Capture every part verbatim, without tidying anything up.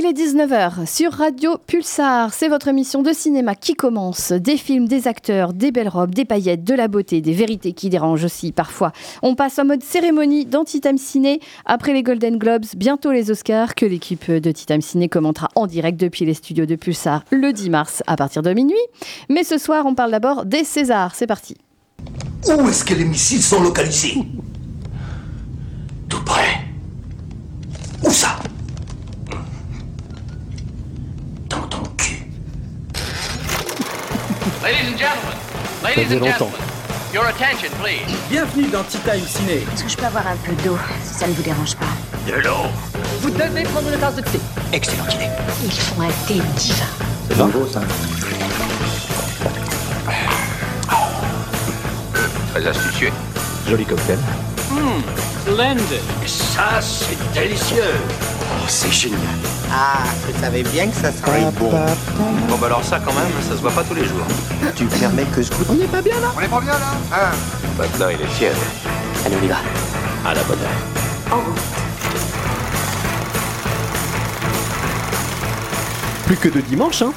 Il est dix-neuf heures sur Radio Pulsar. C'est votre émission de cinéma qui commence. Des films, des acteurs, des belles robes, des paillettes, de la beauté, des vérités qui dérangent aussi parfois. On passe en mode cérémonie dans Tea Time Ciné. Après les Golden Globes, bientôt les Oscars, que l'équipe de Tea Time Ciné commentera en direct depuis les studios de Pulsar le dix mars à partir de minuit. Mais ce soir, on parle d'abord des Césars. C'est parti. Où est-ce que les missiles sont localisés? Tout près. Où ça? Dans ton cul. Ladies and gentlemen, ladies and gentlemen, your attention please. Bienvenue dans Tea Time Ciné. Est-ce que je peux avoir un peu d'eau, si ça ne vous dérange pas? De l'eau. Vous devez prendre une tasse de thé. Excellente idée. Ils font un thé divin. C'est nouveau ça. Très astucieux. Joli cocktail. Splendid. Ça, c'est délicieux. Oh, c'est génial. Ah, je savais bien que ça serait bon. Bon bah alors ça quand même, ça se voit pas tous les jours. Tu permets que je goûte? On n'est pas bien là? On est pas bien là, hein? Maintenant il est tiède. Allez, on y va. À la bonne heure. En route. Plus que deux dimanches, hein.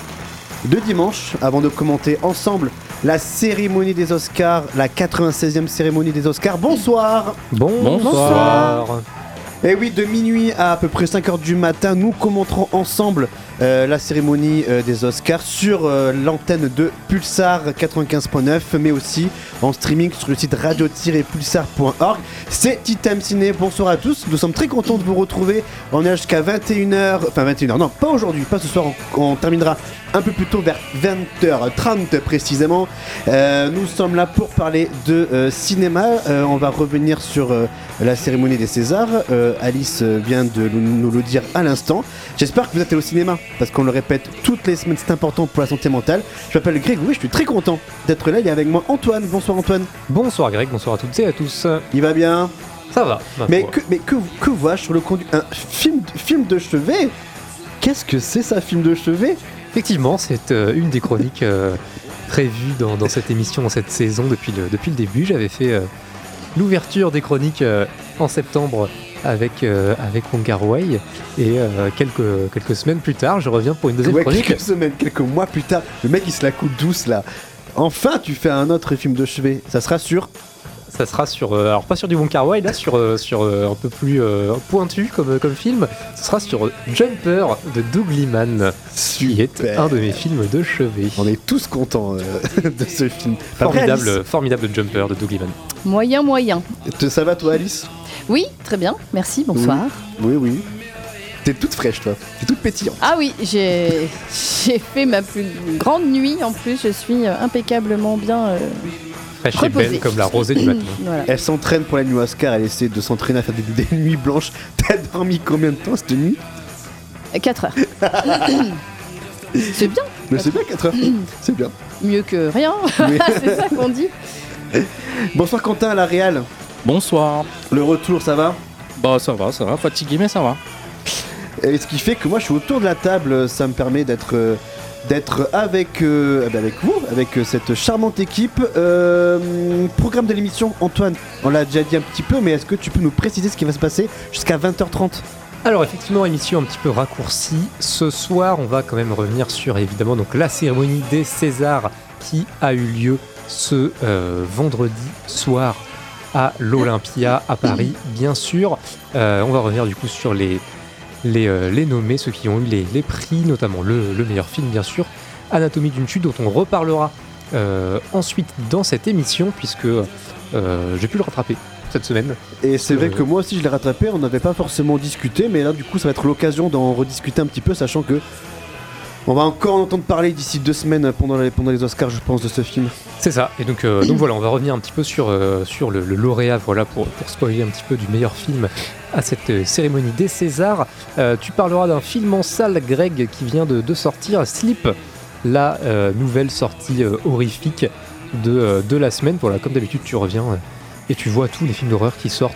Deux dimanches avant de commenter ensemble la cérémonie des Oscars, la quatre-vingt-seizième cérémonie des Oscars. Bonsoir. Bon, bonsoir. Et oui, de minuit à à peu près cinq heures du matin, nous commenterons ensemble euh, la cérémonie euh, des Oscars sur euh, l'antenne de Pulsar quatre-vingt-quinze point neuf, mais aussi en streaming sur le site radio tiret pulsar point org. C'est Tea Time Ciné, bonsoir à tous. Nous sommes très contents de vous retrouver. On est jusqu'à vingt et une heures, enfin vingt et une heures, non, pas aujourd'hui, pas ce soir, on, on terminera un peu plus tôt vers vingt heures trente précisément. Euh, nous sommes là pour parler de euh, cinéma. Euh, on va revenir sur euh, la cérémonie des Césars. Euh, Alice vient de nous le dire à l'instant. J'espère que vous êtes allés au cinéma, parce qu'on le répète toutes les semaines, c'est important pour la santé mentale. Je m'appelle Grégory, je suis très content d'être là. Il y a avec moi Antoine. Bonsoir Antoine. Bonsoir Greg, bonsoir à toutes et à tous. Il va bien? Ça va. Mais que, mais que, que vois-je sur le conduit? Un film, film de chevet? Qu'est-ce que c'est ça, film de chevet? Effectivement, c'est euh, une des chroniques euh, prévues dans, dans cette émission, dans cette saison depuis le, depuis le début. J'avais fait euh, l'ouverture des chroniques euh, en septembre avec, euh, avec Wong Kar-wai et euh, quelques, quelques semaines plus tard, je reviens pour une deuxième ouais, chronique. Quelques semaines, quelques mois plus tard, le mec il se la coule douce là. Enfin, tu fais un autre film de chevet. Ça sera sur. Ça sera sur, euh, alors pas sur du Wong Kar-wai, là sur, euh, sur euh, un peu plus euh, pointu comme, comme film. Ce sera sur Jumper de Doug Liman, qui est un de mes films de chevet. On est tous contents euh, de ce film. Formidable, Alice. Formidable Jumper de Doug Liman. Moyen, moyen. Te, ça va toi Alice? Oui, très bien, merci, bonsoir. Oui, oui. oui. T'es toute fraîche toi, t'es toute pétillante. Ah oui, j'ai, j'ai fait ma plus grande nuit en plus, je suis impeccablement bien... Euh... fraîche et belle comme la rosée du matin. Voilà. Elle s'entraîne pour la nuit Oscar, elle essaie de s'entraîner à faire des, des nuits blanches. T'as dormi combien de temps cette nuit? quatre heures. C'est bien. Mais c'est bien quatre heures. C'est bien. Mieux que rien. Oui. C'est ça qu'on dit. Bonsoir Quentin à la Réal. Bonsoir. Le retour, ça va? Bah ça va, ça va. Fatigué mais ça va. Et ce qui fait que moi je suis autour de la table, ça me permet d'être... Euh, d'être avec, euh, avec vous, avec cette charmante équipe. Euh, programme de l'émission, Antoine, on l'a déjà dit un petit peu, mais est-ce que tu peux nous préciser ce qui va se passer jusqu'à vingt heures trente? Alors effectivement, émission un petit peu raccourcie. Ce soir, on va quand même revenir sur évidemment donc la cérémonie des Césars qui a eu lieu ce euh, vendredi soir à l'Olympia à Paris, bien sûr. Euh, on va revenir du coup sur les Les, euh, les nommés, ceux qui ont eu les, les prix, notamment le, le meilleur film bien sûr, Anatomie d'une chute, dont on reparlera euh, ensuite dans cette émission, puisque euh, j'ai pu le rattraper cette semaine. Et c'est euh, vrai que moi aussi je l'ai rattrapé, on n'avait pas forcément discuté, mais là du coup ça va être l'occasion d'en rediscuter un petit peu, sachant que on va encore en entendre parler d'ici deux semaines pendant les, pendant les Oscars, je pense, de ce film. C'est ça, et donc, euh, donc voilà, on va revenir un petit peu sur, euh, sur le, le lauréat, voilà, pour, pour spoiler un petit peu du meilleur film à cette euh, cérémonie des Césars. Euh, tu parleras d'un film en salle, Greg, qui vient de, de sortir, Sleep, la euh, nouvelle sortie euh, horrifique de, euh, de la semaine. Voilà, comme d'habitude, tu reviens euh, et tu vois tous les films d'horreur qui sortent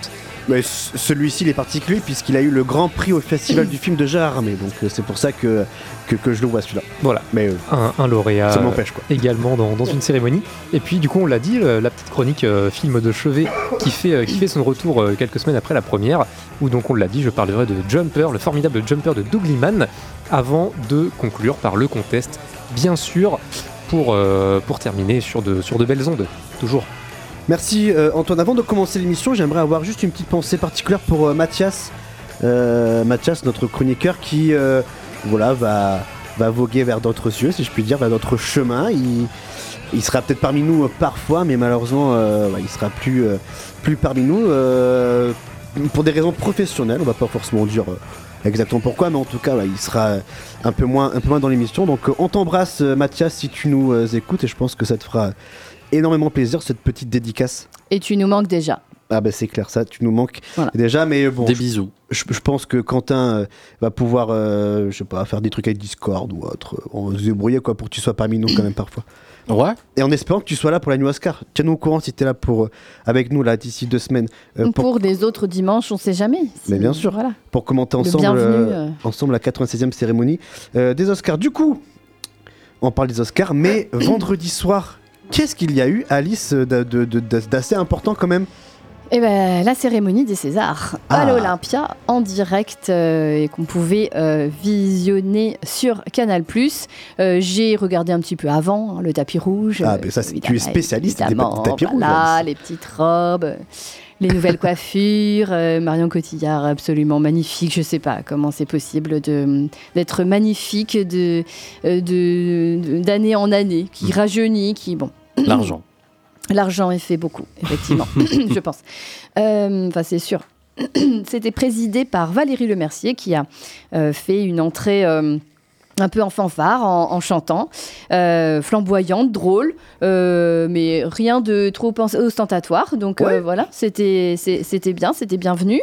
Mais c- celui-ci il est particulier puisqu'il a eu le grand prix au festival du film de Gérard Armé, donc euh, c'est pour ça que, que, que je le vois celui-là. Voilà, Mais euh, un, un lauréat ça m'empêche quoi. euh, également dans, dans une cérémonie. Et puis du coup on l'a dit, le- la petite chronique euh, film de chevet qui fait, euh, qui fait son retour euh, quelques semaines après la première, où donc on l'a dit, je parlerai de Jumper, le formidable Jumper de Doug Liman, avant de conclure par le contest, bien sûr, pour, euh, pour terminer sur de, sur de belles ondes, toujours. Merci euh, Antoine. Avant de commencer l'émission, j'aimerais avoir juste une petite pensée particulière pour euh, Mathias. Euh, Mathias, notre chroniqueur qui euh, voilà, va, va voguer vers d'autres cieux, si je puis dire, vers d'autres chemins. Il, il sera peut-être parmi nous euh, parfois, mais malheureusement, euh, ouais, il sera plus, euh, plus parmi nous euh, pour des raisons professionnelles. On va pas forcément dire euh, exactement pourquoi, mais en tout cas, ouais, il sera un peu moins, un peu moins dans l'émission. Donc, euh, on t'embrasse, euh, Mathias, si tu nous euh, écoutes, et je pense que ça te fera énormément plaisir cette petite dédicace. Et tu nous manques déjà. Ah bah c'est clair, ça tu nous manques Voilà. déjà, mais bon Des je, bisous. je, je pense que Quentin euh, va pouvoir euh, je sais pas, faire des trucs avec Discord ou autre. On va se débrouiller quoi pour que tu sois parmi nous quand même parfois. Ouais. Et en espérant que tu sois là pour la nuit Oscar. Tiens-nous au courant si t'es là pour euh, avec nous là d'ici deux semaines euh, pour... pour, des autres dimanches, on sait jamais. Si- Mais bien sûr. Voilà. pour commenter Le ensemble bienvenu, euh, euh. ensemble la quatre-vingt-seizième cérémonie euh, des Oscars. Du coup, on parle des Oscars, mais vendredi soir, qu'est-ce qu'il y a eu, Alice, de- de- de- d'assez important quand même? Eh ben, la cérémonie des Césars Ah. à l'Olympia en direct euh, et qu'on pouvait euh, visionner sur Canal+. Euh, j'ai regardé un petit peu avant hein, le tapis rouge. Ah, euh, mais ça, c'est- tu es évidemment, spécialiste des évidemment, tapis rouges, voilà, Alice. les petites robes, euh, les nouvelles coiffures, euh, Marion Cotillard absolument magnifique. Je sais pas comment c'est possible de d'être magnifique de euh, de- de- d'année en année, qui rajeunit, qui bon. L'argent. L'argent est fait beaucoup, effectivement, je pense. Euh, Enfin, c'est sûr. C'était présidé par Valérie Lemercier, qui a euh, fait une entrée euh, un peu en fanfare, en, en chantant, euh, flamboyante, drôle, euh, mais rien de trop ostentatoire. Donc Ouais. euh, voilà, c'était c'est- c'était bien, c'était bienvenu.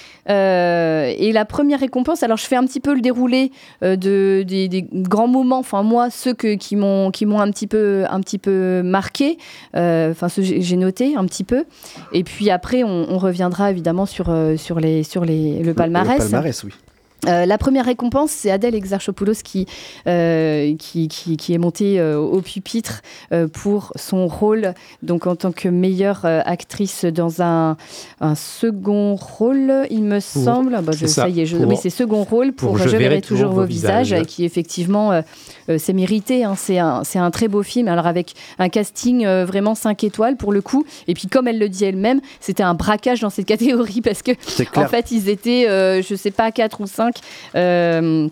Euh, et la première récompense, alors je fais un petit peu le déroulé euh, de, des, des grands moments, enfin moi, ceux que, qui m'ont qui m'ont un petit peu, un petit peu marqué, euh, enfin ceux que j'ai- j'ai noté un petit peu. Et puis après, on, on reviendra évidemment sur, euh, sur, les, sur les, le palmarès. Le palmarès, oui. Euh, la première récompense, c'est Adèle Exarchopoulos qui, euh, qui, qui, qui est montée euh, au pupitre euh, pour son rôle donc en tant que meilleure euh, actrice dans un, un second rôle, il me semble. Ah bah, je, c'est ça. ça. y est, je, Pour- oui, c'est second rôle pour, pour Je verrai toujours vos visages, visages. qui effectivement, euh, euh, c'est mérité. Hein, c'est un, c'est un très beau film. Alors avec un casting euh, vraiment cinq étoiles pour le coup. Et puis comme elle le dit elle-même, c'était un braquage dans cette catégorie parce que C'est clair. en fait, ils étaient, euh, je sais pas, quatre ou cinq. Euh,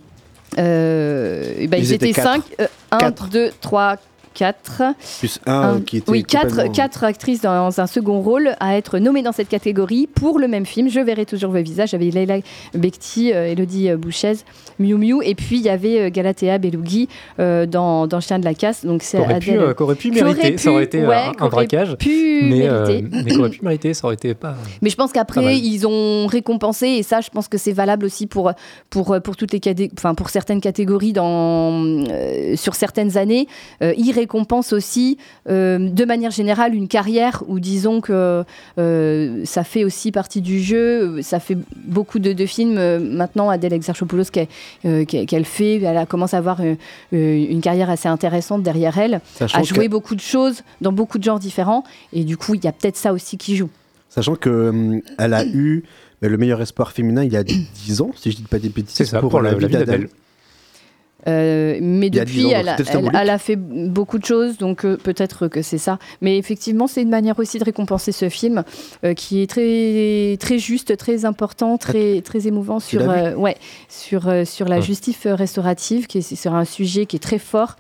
euh, et ben, Ils ils, étaient étaient quatre. cinq. un, Quatre. deux, trois, quatre. Plus un Un- euh, qui était oui, quatre, complètement- quatre actrices dans un second rôle à être nommées dans cette catégorie pour le même film. Je verrai toujours vos visages. Il y avait Leila Bekti, euh, Elodie euh, Bouchez, Miu Miu, et puis il y avait euh, Galatea Belougui euh, dans, dans Chien de la Casse. Donc c'est Qu'aurait pu, Adèle. euh, qu'aurait pu Qui aurait mériter, pu, ça aurait été euh, ouais, un, qui un aurait braquage. pu Mais, euh, mériter. mais qu'aurait pu mériter, ça aurait été pas. Mais je pense Pas qu'après, mal. ils ont récompensé, et ça, je pense que c'est valable aussi pour, pour, pour, toutes les cadé- enfin, pour certaines catégories dans, euh, sur certaines années. Euh, ils récompensent aussi, euh, de manière générale, une carrière où, disons que euh, ça fait aussi partie du jeu. Ça fait beaucoup de, de films. Euh, maintenant, Adèle Exarchopoulos, qu'elle, euh, qu'elle qu'elle fait, elle a commencé à avoir euh, euh, une carrière assez intéressante derrière elle, Sachant a joué que- beaucoup de choses dans beaucoup de genres différents. Et du coup, il y a peut-être ça aussi qui joue. Sachant qu'elle a eu euh, le meilleur espoir féminin il y a dix ans, si je dis pas des bêtises, C'est ça, pour la le- vie la vie d'Adèle. d'Adèle. Euh, mais Il y a dix depuis, ans, donc elle, a- c'était le elle- symbolique. elle a fait beaucoup de choses, donc euh, peut-être que c'est ça. Mais effectivement, c'est une manière aussi de récompenser ce film euh, qui est très, très juste, très important, très, très émouvant Tu sur, l'as euh, ouais, sur, euh, sur la Ouais. justice restaurative, qui est sur un sujet qui est très fort.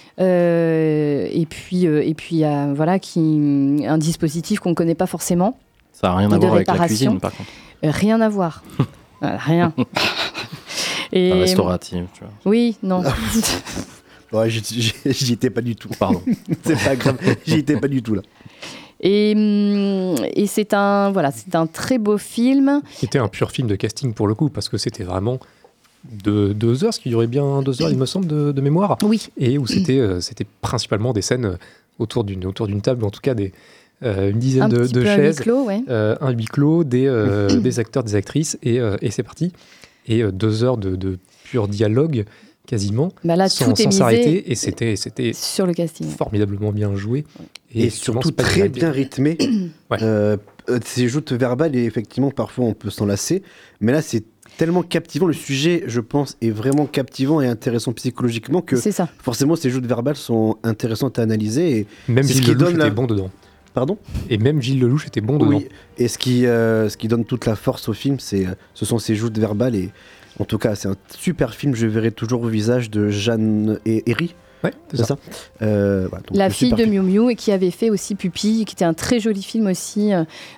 Euh, et puis, euh, et puis euh, voilà, qui, un dispositif qu'on ne connaît pas forcément. Ça n'a rien De à voir avec la réparation. cuisine, par contre. Euh, rien à voir. Voilà, rien. Et, La restaurative, tu vois. oui, non. Ouais, j'y- j'y j'y étais pas du tout. Pardon. C'est pas grave, j'y étais pas du tout là. Et, hum, et c'est un, voilà, c'est un très beau film. C'était un pur film de casting pour le coup, parce que c'était vraiment de deux heures, ce qui durait bien deux heures, il me semble, de, de mémoire. Oui. Et où c'était, euh, c'était principalement des scènes autour d'une, autour d'une table, ou en tout cas des, euh, une dizaine un de, petit de peu chaises, un huis clos, ouais. euh, un huis clos, des, euh, des acteurs, des actrices, et, euh, et c'est parti. Et euh, deux heures de, de pur dialogue, quasiment, bah là, sans, tout est sans misé s'arrêter, et c'était, c'était sur le casting. formidablement bien joué. Et, et surtout très bien rythmé. Ouais. euh, ces joutes verbales, et effectivement, parfois on peut s'en lasser, mais là, c'est tellement captivant. Le sujet, je pense, est vraiment captivant et intéressant psychologiquement que C'est ça. forcément, ces joutes verbales sont intéressantes à analyser. Et Même c'est Gilles ce qui Lelouch donne était la... bon dedans. Pardon ? Et même Gilles Lelouch était bon dedans. Oui, et ce qui, euh, ce qui donne toute la force au film, c'est, ce sont ces joutes verbales. Et en tout cas, c'est un super film. Je verrai toujours au visage de Jeanne et Herry. Ouais, c'est, c'est ça. ça. Euh, voilà, donc La le fille super de film. Miu Miu et qui avait fait aussi Pupille, qui était un très joli film aussi.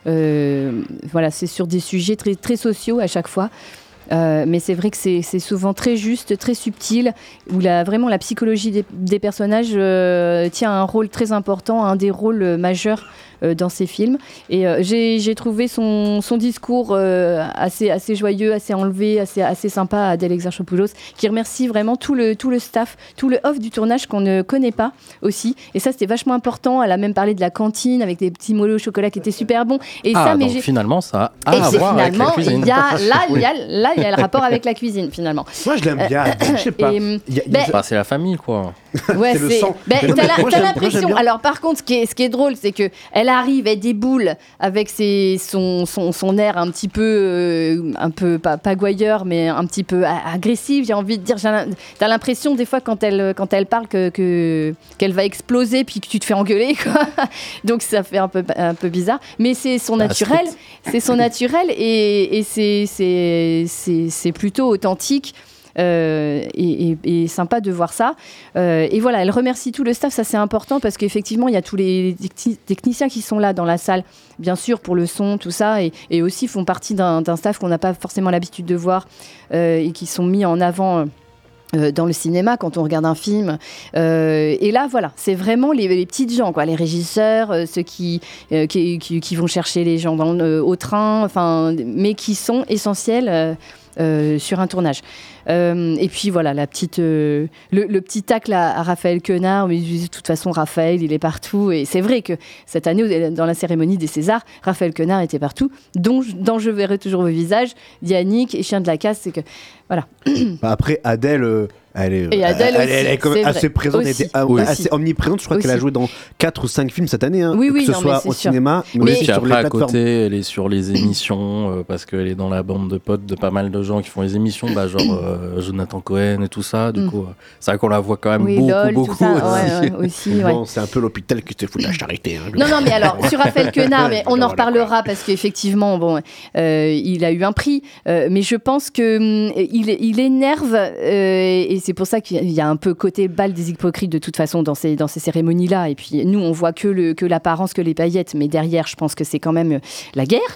Euh, voilà, c'est sur des sujets très, très sociaux à chaque fois. Euh, mais c'est vrai que c'est, c'est souvent très juste, très subtil, où la, vraiment la psychologie des, des personnages euh, tient un rôle très important, un des rôles majeurs euh, dans ces films. Et euh, j'ai, j'ai trouvé son, son discours euh, assez, assez joyeux, assez enlevé, assez, assez sympa à Adèle Exarchopoulos, qui remercie vraiment tout le, tout le staff, tout le off du tournage qu'on ne connaît pas aussi. Et ça, c'était vachement important. Elle a même parlé de la cantine avec des petits moelleux au chocolat qui étaient super bons. Et ah, ça, mais donc j'ai... finalement, ça a Et à c'est voir avec la finalement, cuisine. il y a, là, il y a, là, il y a le rapport avec la cuisine, finalement. Moi, je l'aime bien. Je sais pas. Et, Il y a- il y a- ben, Bah, c'est la famille, quoi. Ouais, C'est le c'est. sang. Ben, Mais non, t'as mais la- moi, t'as j'aime- moi, j'aime l'impression. bien. Alors, par contre, ce qui est, ce qui est drôle, c'est que elle arrive, elle déboule avec ses, son, son, son air un petit peu, euh, un peu pas, pas gouailleur, mais un petit peu a- agressif. J'ai envie de dire. j'ai l'im- T'as l'impression des fois quand elle, quand elle parle que, que qu'elle va exploser, puis que tu te fais engueuler, quoi. Donc ça fait un peu, un peu bizarre. Mais c'est son Ah, naturel, c'est son naturel, et, et c'est, c'est, c'est, c'est plutôt authentique. Euh, et, et- et sympa de voir ça. Euh, et voilà, elle remercie tout le staff, ça c'est important parce qu'effectivement, il y a tous les techni- techniciens qui sont là dans la salle, bien sûr, pour le son, tout ça, et, et aussi font partie d'un, d'un staff qu'on n'a pas forcément l'habitude de voir euh, et qui sont mis en avant. Euh, dans le cinéma, quand on regarde un film. Euh, et là, voilà, c'est vraiment les, les petites gens, quoi, les régisseurs, euh, ceux qui, euh, qui, qui, qui vont chercher les gens dans, le- au train, enfin, mais qui sont essentiels euh, euh, sur un tournage. Euh, et puis voilà, la petite, euh, le, le petit tacle à, à Raphaël Quenard, mais de toute façon, Raphaël, il est partout. Et c'est vrai que cette année, dans la cérémonie des Césars, Raphaël Quenard était partout, dont, dans Je verrai toujours vos visages, Yannick et Chien de la Casse, c'est que, voilà. Bah, après, Adèle, euh, elle est, Et Adèle elle, elle aussi, est quand même c'est assez vrai. présente, elle Aussi. était ah, Oui. assez omniprésente. Je crois qu'elle a Aussi. joué dans quatre ou cinq films cette année, hein, Oui, oui, que ce non, mais soit c'est au sûr. cinéma, mais, Mais- aussi Puis sur après, les à plateformes. côté, elle est sur les émissions, euh, parce qu'elle est dans la bande de potes de pas mal de gens qui font les émissions, bah, genre euh, Jonathan Cohen et tout ça. Du Mm. coup, euh, c'est vrai qu'on la voit quand même Oui, beaucoup, LOL, tout beaucoup ça, aussi. ouais, ouais, aussi, ouais. Bon, c'est un peu l'hôpital qui se fout de la charité. hein. Non, non, mais alors, sur Raphaël Quenard, mais on en Voilà, reparlera parce qu'effectivement, bon, euh, il a eu un prix, euh, mais je pense qu'il il, il énerve, euh, et c'est pour ça qu'il y a un peu côté balle des hypocrites de toute façon dans ces, dans ces cérémonies-là. Et puis, nous, on voit que, le, que l'apparence, que les paillettes, mais derrière, je pense que c'est quand même la guerre.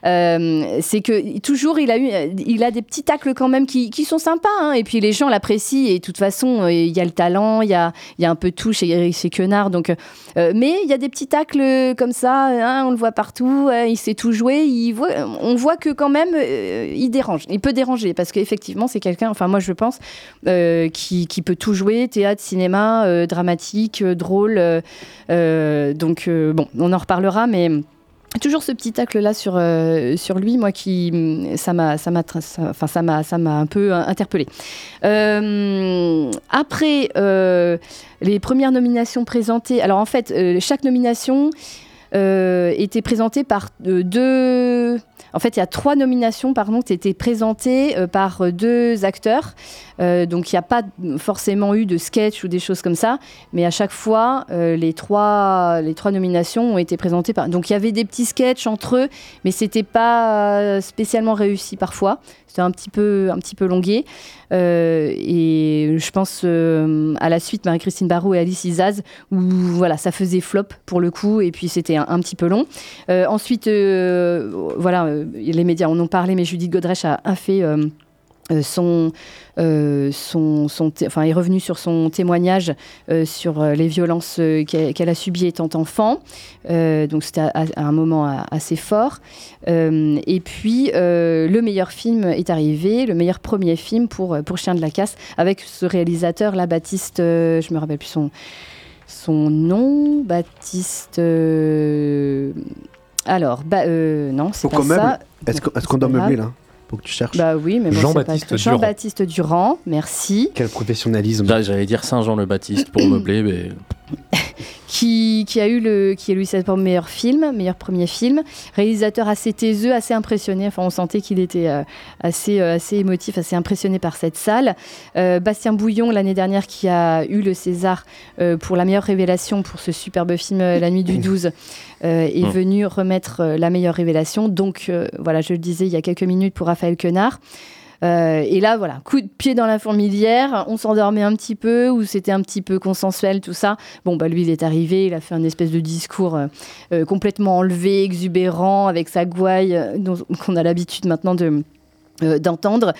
Euh, c'est que toujours, il a, eu, il a des petits tacles quand même qui, qui sont sympas, hein, et puis les gens l'apprécient, et de toute façon, euh, il y a le talent, il y a, il y a un peu de tout chez, chez Quenard, donc, euh, mais il y a des petits tacles comme ça, hein, on le voit partout, euh, il sait tout jouer, il voit, on voit que quand même, euh, il dérange, il peut déranger, parce qu'effectivement, c'est quelqu'un, enfin moi je pense, euh, qui, qui peut tout jouer, théâtre, cinéma, euh, dramatique, euh, drôle, euh, euh, donc euh, bon, on en reparlera, mais... Toujours ce petit tacle là sur euh, sur lui, moi qui ça m'a ça m'a enfin ça m'a ça m'a un peu interpellée. Euh, après euh, les premières nominations présentées, alors en fait euh, chaque nomination euh, était présentée par euh, deux. En fait, il y a trois nominations, pardon, qui étaient présentées euh, par euh, deux acteurs. Euh, donc, il n'y a pas forcément eu de sketch ou des choses comme ça. Mais à chaque fois, euh, les, trois, les trois nominations ont été présentées par... Donc, il y avait des petits sketchs entre eux, mais ce n'était pas spécialement réussi parfois. C'était un petit peu, un petit peu longué. Euh, et je pense euh, à la suite, Marie-Christine Barrault et Alice Isaz, où voilà, ça faisait flop pour le coup, et puis c'était un, un petit peu long. Euh, ensuite, euh, voilà, euh, les médias en ont parlé, mais Judith Godrèche a, a fait... Euh, Euh, son, euh, son, son té- enfin, est revenue sur son témoignage euh, sur euh, les violences euh, qu'elle, qu'elle a subies étant enfant. Euh, donc c'était à, à un moment a, assez fort. Euh, et puis euh, le meilleur film est arrivé, le meilleur premier film pour, pour Chien de la Casse, avec ce réalisateur là, Baptiste, euh, je me rappelle plus son... son nom, Baptiste. euh, Alors, bah, euh, non, c'est Faut pas qu'on ça. meuble. Est-ce qu'on, est-ce qu'on doit C'est pas meubler grave. là? Faut que tu cherches. Bah oui, mais bon, Jean-Baptiste c'est pas... Durand. Jean-Baptiste Durand, merci. Quel professionnalisme. J'a- J'allais dire Saint-Jean-le-Baptiste pour meubler, mais Qui, qui a eu le qui a eu cette pour meilleur film, meilleur premier film, réalisateur assez taiseux, assez impressionné. Enfin, on sentait qu'il était euh, assez euh, assez émotif, assez impressionné par cette salle. Euh, Bastien Bouillon l'année dernière qui a eu le César euh, pour la meilleure révélation pour ce superbe film euh, La Nuit du douze euh, est Mmh. venu remettre euh, la meilleure révélation. Donc euh, voilà, je le disais il y a quelques minutes pour Raphaël Quenard. Euh, et là, voilà, coup de pied dans la fourmilière, on s'endormait un petit peu, ou c'était un petit peu consensuel, tout ça. Bon, bah lui, il est arrivé, il a fait un espèce de discours euh, euh, complètement enlevé, exubérant, avec sa gouaille, euh, dont- qu'on a l'habitude maintenant de... euh, d'entendre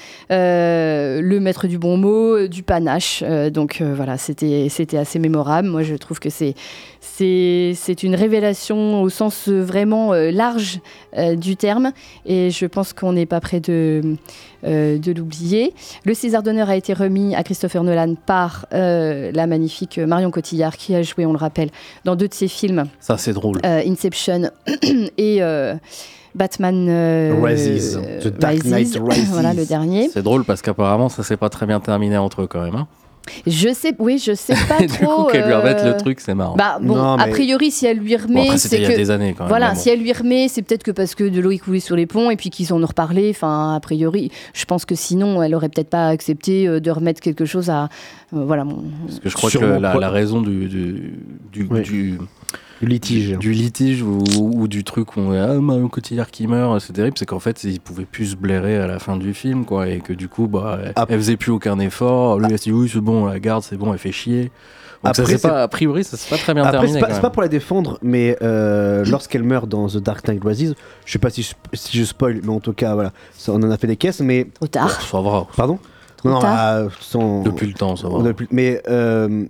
euh, le maître du bon mot, euh, du panache. Euh, donc euh, voilà, c'était, c'était assez mémorable. Moi, je trouve que c'est, c'est, c'est une révélation au sens euh, vraiment euh, large euh, du terme. Et je pense qu'on n'est pas près de, euh, de l'oublier. Le César d'honneur a été remis à Christopher Nolan par euh, la magnifique Marion Cotillard, qui a joué, on le rappelle, dans deux de ses films, ça c'est drôle. euh, Inception et... euh, Batman euh, Rises. euh, The Dark Knight Rises. Voilà le dernier. C'est drôle parce qu'apparemment ça s'est pas très bien terminé entre eux quand même. Hein. Je sais, oui, je sais pas Et du trop. coup qu'elle lui remette euh, le truc, c'est marrant. Bah bon, Non, a mais- priori, si elle lui remet, Bon, après c'était c'est il y a que des années quand même. voilà, mais bon. si elle lui remet, c'est peut-être que parce que de l'eau est coulée sur les ponts et puis qu'ils en ont reparlé. Enfin, a priori, je pense que sinon, elle aurait peut-être pas accepté euh, de remettre quelque chose à. euh, voilà. Mon... Parce que je crois Sûrement que la, pas. la raison du, du, du, Oui. du, Du litige. du litige ou, ou du truc où on est ah, Marion Cotillard qui meurt, c'est terrible, c'est qu'en fait il pouvait plus se blairer à la fin du film quoi, et que du coup bah, elle, Ah. elle faisait plus aucun effort. Lui il a dit oui c'est bon, on la garde, c'est bon, elle fait chier. Donc ça, Après, c'est c'est- pas, a priori ça s'est pas très bien Après, terminé. c'est pas, quand c'est pas même. pour la défendre, mais euh, lorsqu'elle meurt dans The Dark Knight Rises, je sais pas si je, si je spoil, mais en tout cas, voilà, ça, on en a fait des caisses, mais. Trop tard. Oh, ça va. Pardon Trop Non, tard. ah, sans- Depuis le temps, ça va. on a plus- mais euh,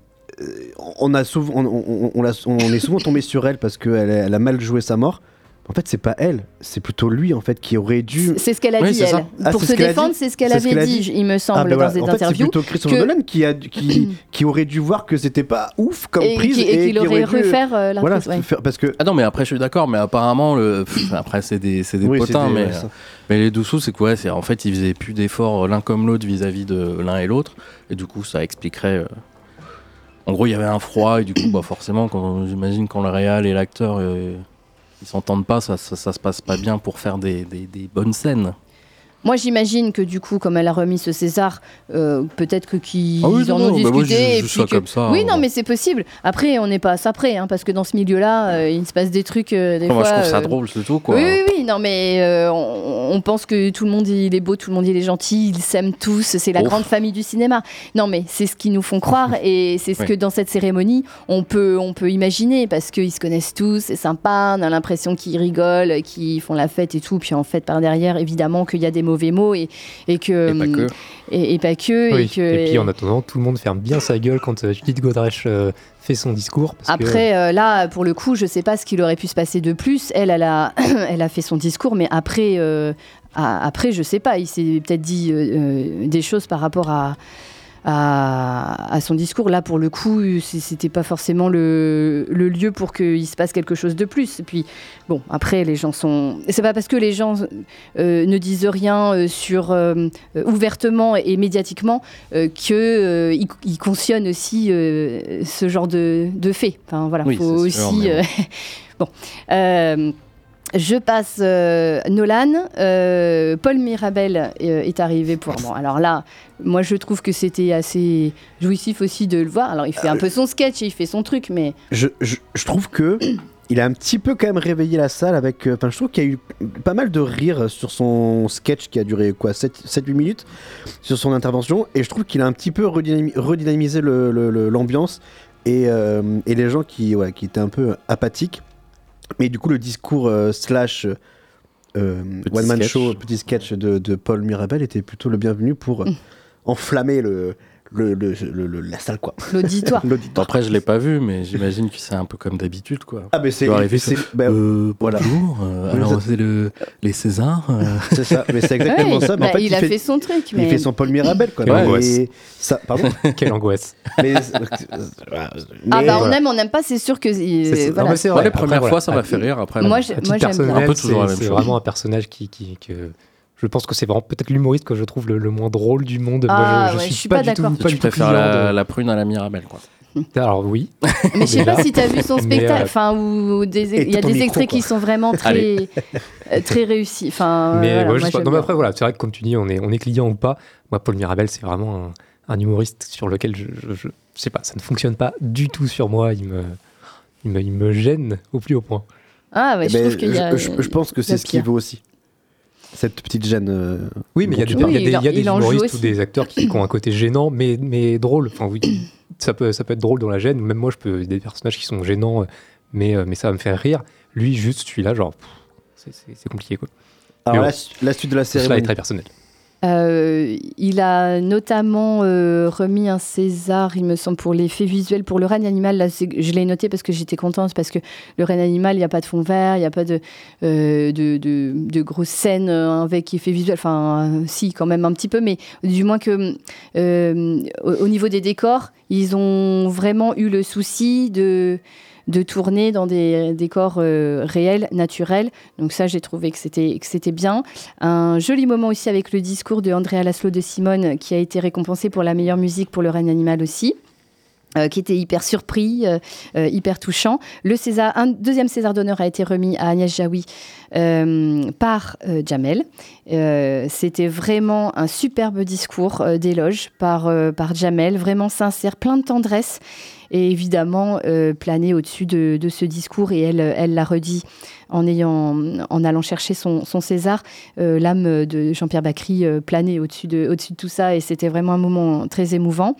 on, a souvent, on, on- on l'a- on est souvent tombé sur elle parce qu'elle elle a mal joué sa mort. En fait, c'est pas elle, c'est plutôt lui en fait qui aurait dû. C'est ce qu'elle a Oui, dit, c'est elle. ça. Ah, Pour c'est se ce qu'elle a défendre, dit c'est ce qu'elle C'est ce avait qu'elle a dit, dit il me semble, Ah, ben voilà. dans cette En fait, c'est interview. plutôt Christopher que- Nolan qui, a, qui, qui aurait dû voir que c'était pas ouf comme Et, prise qui- et qu'il qui aurait dû- refaire euh, la Voilà, prise, ouais. faire- parce que. Ah non mais après je suis d'accord, mais apparemment le pff, après c'est des c'est des Oui, potins, c'était- mais ouais, ça. mais les dessous c'est quoi, c'est en fait ils faisaient plus d'efforts l'un comme l'autre vis-à-vis de l'un et l'autre, et du coup ça expliquerait. euh, En gros il y avait un froid et du coup bah forcément quand j'imagine quand le réal et l'acteur euh, ils s'entendent pas, ça, ça ça se passe pas bien pour faire des des, des bonnes scènes. Moi, j'imagine que du coup, comme elle a remis ce César, euh, peut-être que qu'ils Ah oui, en non, ont non, bah moi, discuté. je- je et dis puis ça que- comme ça, Oui, hein. non, mais c'est possible. Après, on n'est pas à ça près, hein, parce que dans ce milieu-là, euh, il se passe des trucs euh, des Enfin, moi fois. je trouve ça euh, drôle c'est tout quoi. Oui, oui, oui, non, mais euh, on, on pense que tout le monde il est beau, tout le monde il est gentil, ils s'aiment tous, c'est la Ouf. grande famille du cinéma. Non, mais c'est ce qu'ils nous font croire et c'est ce Oui. que dans cette cérémonie on peut, on peut imaginer parce qu'ils se connaissent tous, c'est sympa, on a l'impression qu'ils rigolent, qu'ils font la fête et tout. Puis en fait, par derrière, évidemment qu'il y a des mauvais mots et, et que. Et pas que. Et, et pas que. Oui. Et, que Et puis en attendant, tout le monde ferme bien sa gueule quand euh, Judith Godrèche euh, fait son discours. Parce que- Après, euh, là, pour le coup, je sais pas ce qu'il aurait pu se passer de plus. Elle, elle a, elle a fait son discours, mais après, euh, à- après, je sais pas. Il s'est peut-être dit euh, euh, des choses par rapport à, à, à son discours. Là, pour le coup, c'est- c'était pas forcément le, le lieu pour qu'il se passe quelque chose de plus. Et puis, bon, après, les gens sont. C'est pas parce que les gens euh, ne disent rien euh, sur euh, euh, ouvertement et médiatiquement euh, que euh, ils, ils cautionnent aussi euh, ce genre de, de faits. Enfin voilà, Oui, faut c'est sûr, aussi. mais euh, bon. Euh, je passe euh, Nolan. Euh, Paul Mirabel euh, est arrivé pour. Bon, alors là, moi je trouve que c'était assez jouissif aussi de le voir. Alors il fait un peu son sketch et il fait son truc, mais Je, je, je trouve que il a un petit peu quand même réveillé la salle avec. euh, Enfin, je trouve qu'il y a eu pas mal de rires sur son sketch qui a duré quoi, sept huit minutes sur son intervention, et je trouve qu'il a un petit peu redynami- redynamisé le- le- le- l'ambiance et, euh, et les gens qui, ouais, qui étaient un peu apathiques. Mais du coup, le discours euh, slash euh, Petit one man sketch. show, petit sketch de, de Paul Mirabel était plutôt le bienvenu pour euh, enflammer le, le, le, le- le- la salle, quoi. L'auditoire. L'auditoire. Après, je l'ai pas vu, mais j'imagine que c'est un peu comme d'habitude, quoi. Ah, mais c'est. Tu dois arriver, c'est- c'est- bah, Euh, voilà. bonjour, euh, Oui, alors ça- c'est le, les Césars. euh, C'est ça, mais c'est exactement Ouais, ça. Mais bah, en fait, il, a fait, son truc. il Mais... fait son Paul Mirabel, quoi. Quelle Mais angoisse. ça, pardon. Quelle angoisse. mais, Ah mais bah on voilà. aime, on n'aime pas, c'est sûr que... C'est- c'est- non, voilà. mais c'est ouais, vrai. les Après, premières voilà. fois, ça À- m'a fait rire. Après, Moi, non. je- À titre moi, j'aime bien. personnel, Un peu c'est toujours la même c'est chose. vraiment un personnage qui, qui que je pense que c'est vraiment peut-être l'humoriste que je trouve le, le moins drôle du monde. Ah, Moi, je, je ouais, suis, je suis pas, pas du tout, d'accord. pas Tu du tout préfères client la, de- la prune à la Mirabelle, quoi. Alors oui. Mais je sais Déjà. pas si t'as vu son Mais, spectacle, euh, enfin, où des, Et il y a ton des micro, extraits quoi. qui sont vraiment très, euh, très réussis. Enfin, Mais voilà, ouais, je moi, sais pas. j'aime Non, mais bien. après, voilà, c'est vrai que comme tu dis, on est, on est client ou pas. Moi, Paul Mirabel, c'est vraiment un, un humoriste sur lequel je, je, je, je sais pas, ça ne fonctionne pas du tout sur moi. Il me, il me, il me gêne au plus haut point. Ah ouais, Eh je ben, trouve qu'il y a... je, je- je pense que il y a c'est ce qu'il pire. veut aussi. Cette petite gêne. euh, Oui, mais il y a dont des, tu il y a Oui, des, il y a il des en- il en joue humoristes ou aussi. des acteurs qui, qui ont un côté gênant, mais, mais drôle. Enfin, oui, ça peut, ça peut être drôle dans la gêne. Même moi, je peux des personnages qui sont gênants, euh, mais, euh, mais ça va me faire rire. Lui, juste, celui-là, genre, pff, c'est- c'est c'est compliqué, quoi. Alors, Mais la, bon. su- la suite de la Cela est cérémonie. très personnel. Euh, il a notamment euh, remis un César, il me semble, pour l'effet visuel, pour le règne animal. Là, c'est- je l'ai noté parce que j'étais contente, parce que le règne animal, il n'y a pas de fond vert, il n'y a pas de, euh, de, de, de grosses scènes euh, avec effet visuel. Enfin, euh, si, quand même un petit peu, mais du moins que euh, au, au niveau des décors, ils ont vraiment eu le souci de de tourner dans des décors euh, réels, naturels. Donc ça, j'ai trouvé que c'était, que c'était bien. Un joli moment aussi avec le discours de Andrea Laszlo de Simone, qui a été récompensé pour la meilleure musique pour le règne animal aussi. Euh, qui était hyper surpris, euh, euh, hyper touchant. Le César, un deuxième César d'honneur a été remis à Agnès Jaoui euh, par euh, Jamel. Euh, c'était vraiment un superbe discours euh, d'éloge par, euh, par Jamel, vraiment sincère, plein de tendresse, et évidemment euh, plané au-dessus de, de ce discours, et elle, elle l'a redit en, ayant, en allant chercher son, son César. Euh, l'âme de Jean-Pierre Bacry euh, planait au-dessus de, au-dessus de tout ça, et c'était vraiment un moment très émouvant.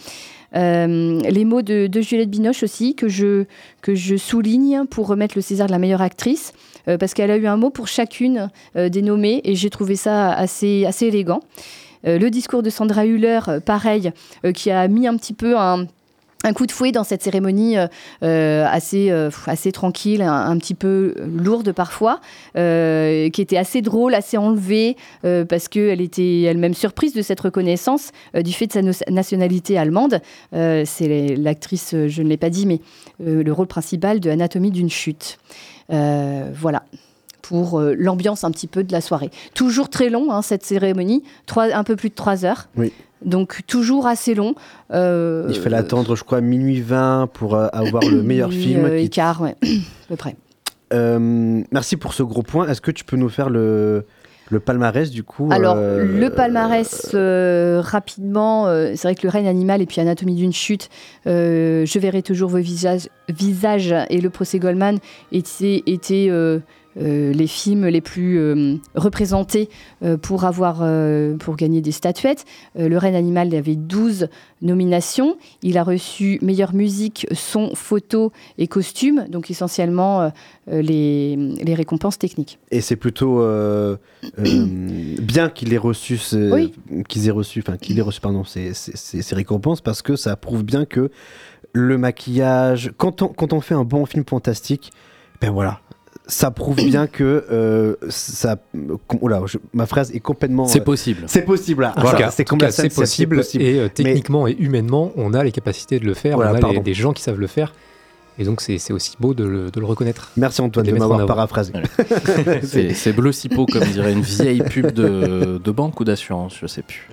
Euh, les mots de, de Juliette Binoche aussi, que je, que je souligne pour remettre le César de la meilleure actrice, euh, parce qu'elle a eu un mot pour chacune euh, des nommées, et j'ai trouvé ça assez, assez élégant. Euh, le discours de Sandra Hüller, euh, pareil, euh, qui a mis un petit peu un... un coup de fouet dans cette cérémonie euh, assez, euh, assez tranquille, un, un petit peu lourde parfois, euh, qui était assez drôle, assez enlevée, euh, parce qu'elle était elle-même surprise de cette reconnaissance euh, du fait de sa no- nationalité allemande. Euh, c'est l'actrice, euh, je ne l'ai pas dit, mais euh, le rôle principal de Anatomie d'une chute. Euh, voilà. Pour euh, l'ambiance un petit peu de la soirée. Toujours très long, hein, cette cérémonie, trois, un peu plus de trois heures. Oui. Donc toujours assez long. Euh, Il fallait attendre, je crois, minuit vingt pour euh, avoir le meilleur minuit, film. euh, qui- et quart, ouais, à peu près. Euh, merci pour ce gros point. Est-ce que tu peux nous faire le, le palmarès du coup Alors, euh, le palmarès, euh, rapidement, euh, c'est vrai que Le règne animal et puis Anatomie d'une chute, euh, Je verrai toujours vos visages, visages et Le procès Goldman étaient, étaient euh, euh, les films les plus euh, représentés euh, pour, avoir, euh, pour gagner des statuettes. Euh, Le règne animal, il avait douze nominations. Il a reçu meilleure musique, son, photo et costume, donc essentiellement euh, les, les récompenses techniques. Et c'est plutôt euh, euh, bien qu'il ait reçu, ce- Oui. qu'ils aient reçu, enfin qu'il ait reçu pardon, ces, ces- ces- ces récompenses, parce que ça prouve bien que le maquillage, quand on, quand on fait un bon film fantastique, ben voilà, ça prouve bien que euh, ça. Oh là, je- ma phrase est complètement. C'est euh, possible. C'est possible. Là. En tout Voilà, cas, c'est en comme tout la cas, scène, c'est possible, possible. et euh, Mais- techniquement et humainement, on a les capacités de le faire, Voilà, on a pardon. les, des gens qui savent le faire, et donc c'est c'est aussi beau de le, de le reconnaître. Merci Antoine de de les mettre en m'avoir avant. paraphrasé. C'est c'est bleu cipo, comme dirait une vieille pub de, de banque ou d'assurance, je sais plus.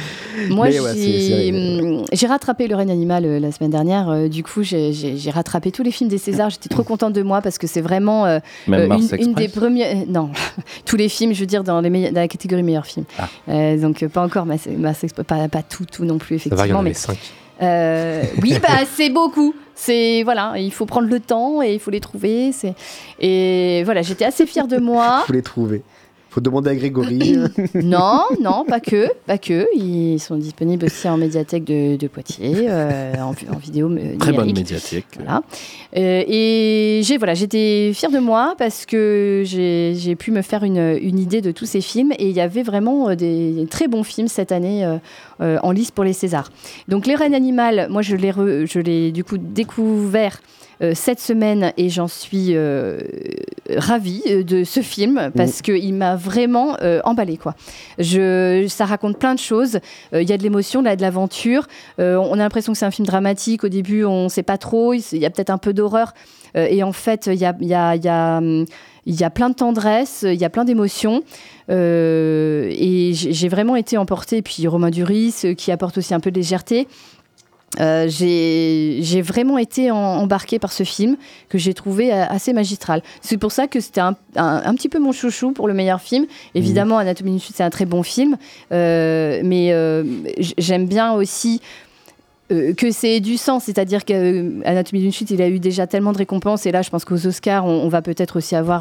Moi, Mais ouais, c'est- j'ai c'est- hum, j'ai rattrapé Le règne animal euh, la semaine dernière. euh, du coup, j'ai- j'ai j'ai rattrapé tous les films des Césars. J'étais trop contente de moi parce que c'est vraiment euh, Même euh, Mars une, une des Express. premières. euh, non, tous les films, je veux dire, dans, les meilleurs- dans la catégorie meilleurs films. Ah. Euh, donc, euh, pas encore Mars, Mars Express, pas, pas tout, tout non plus, Ça va, il y en effectivement. avait Mais cinq. euh, oui, bah, c'est beaucoup. C'est voilà, il faut prendre le temps et il faut les trouver. C'est et voilà, j'étais assez fière de moi. Faut les trouver. Faut demander à Grégory. Non, non, pas que, pas que. Ils sont disponibles aussi en médiathèque de, de Poitiers, euh, en, en vidéo numérique. Très bonne médiathèque. Voilà. Euh, et j'ai, voilà, j'étais fière de moi parce que j'ai, j'ai pu me faire une, une idée de tous ces films. Et il y avait vraiment des très bons films cette année euh, euh, en lice pour les Césars. Donc Les Reines animales, moi je l'ai, re, je l'ai du coup découvert Euh, cette semaine et j'en suis euh, ravie de ce film parce mmh. qu'il m'a vraiment euh, emballée, quoi. Je, ça raconte plein de choses. Il euh, y a de l'émotion, là, de l'aventure. Euh, on a l'impression que c'est un film dramatique. Au début, on ne sait pas trop. Il y a peut-être un peu d'horreur. Euh, et en fait, il y a, y a, y a, y a plein de tendresse, il y a plein d'émotions. Euh, et j'ai vraiment été emportée. Puis Romain Duris, qui apporte aussi un peu de légèreté. Euh, j'ai, j'ai vraiment été en, embarquée par ce film que j'ai trouvé assez magistral. C'est pour ça que c'était un, un, un petit peu mon chouchou pour le meilleur film. Évidemment, mmh. Anatomie d'une chute, c'est un très bon film, euh, mais euh, j'aime bien aussi Euh, que c'est du sens, c'est-à-dire qu'Anatomie d'une chute, il a eu déjà tellement de récompenses, et là, je pense qu'aux Oscars, on, on va peut-être aussi avoir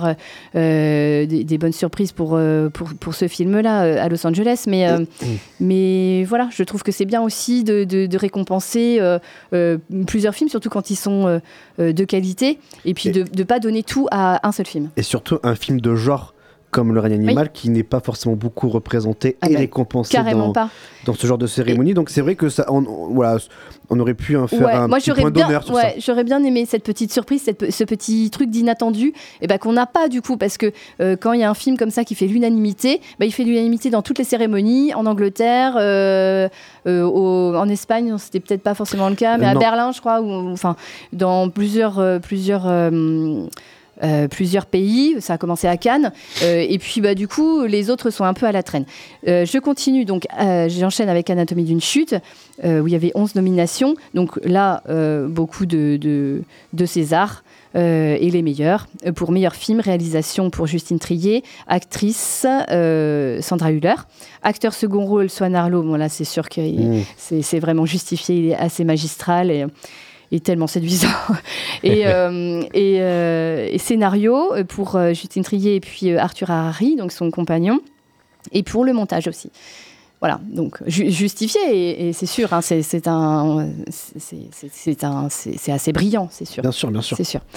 euh, des, des bonnes surprises pour, euh, pour, pour ce film-là euh, à Los Angeles, mais, euh, mmh. mais voilà, je trouve que c'est bien aussi de, de, de récompenser euh, euh, plusieurs films, surtout quand ils sont euh, de qualité, et puis et de ne pas donner tout à un seul film. Et surtout un film de genre comme Le règne animal, oui. qui n'est pas forcément beaucoup représenté ah et ben, récompensé dans, dans ce genre de cérémonie. Et donc c'est vrai que ça, on, on, voilà, on aurait pu en faire ouais, un moi, petit point bien, d'honneur sur ouais, ça. J'aurais bien aimé cette petite surprise, cette, ce petit truc d'inattendu, et ben, qu'on n'a pas du coup, parce que euh, quand il y a un film comme ça qui fait l'unanimité, ben, il fait l'unanimité dans toutes les cérémonies, en Angleterre, euh, euh, au, en Espagne, c'était peut-être pas forcément le cas, mais euh, à non. Berlin, je crois, ou enfin dans plusieurs... Euh, plusieurs euh, Euh, plusieurs pays, ça a commencé à Cannes, euh, et puis bah, du coup les autres sont un peu à la traîne. Euh, je continue, donc euh, j'enchaîne avec Anatomie d'une chute, euh, où il y avait onze nominations, donc là euh, beaucoup de, de, de César, euh, et les meilleurs. Pour meilleur film, réalisation pour Justine Triet, actrice euh, Sandra Hüller, acteur second rôle Swan Arlo, bon là c'est sûr que mmh. c'est, c'est vraiment justifié, il est assez magistral et est tellement séduisant. et, euh, et, euh, et scénario pour euh, Justine Triet et puis euh, Arthur Harari, donc son compagnon, et pour le montage aussi. Voilà, donc ju- justifié, et, et c'est sûr, hein, c'est, c'est, un, c'est, c'est, c'est, un, c'est, c'est assez brillant, c'est sûr. Bien sûr, bien sûr. C'est sûr.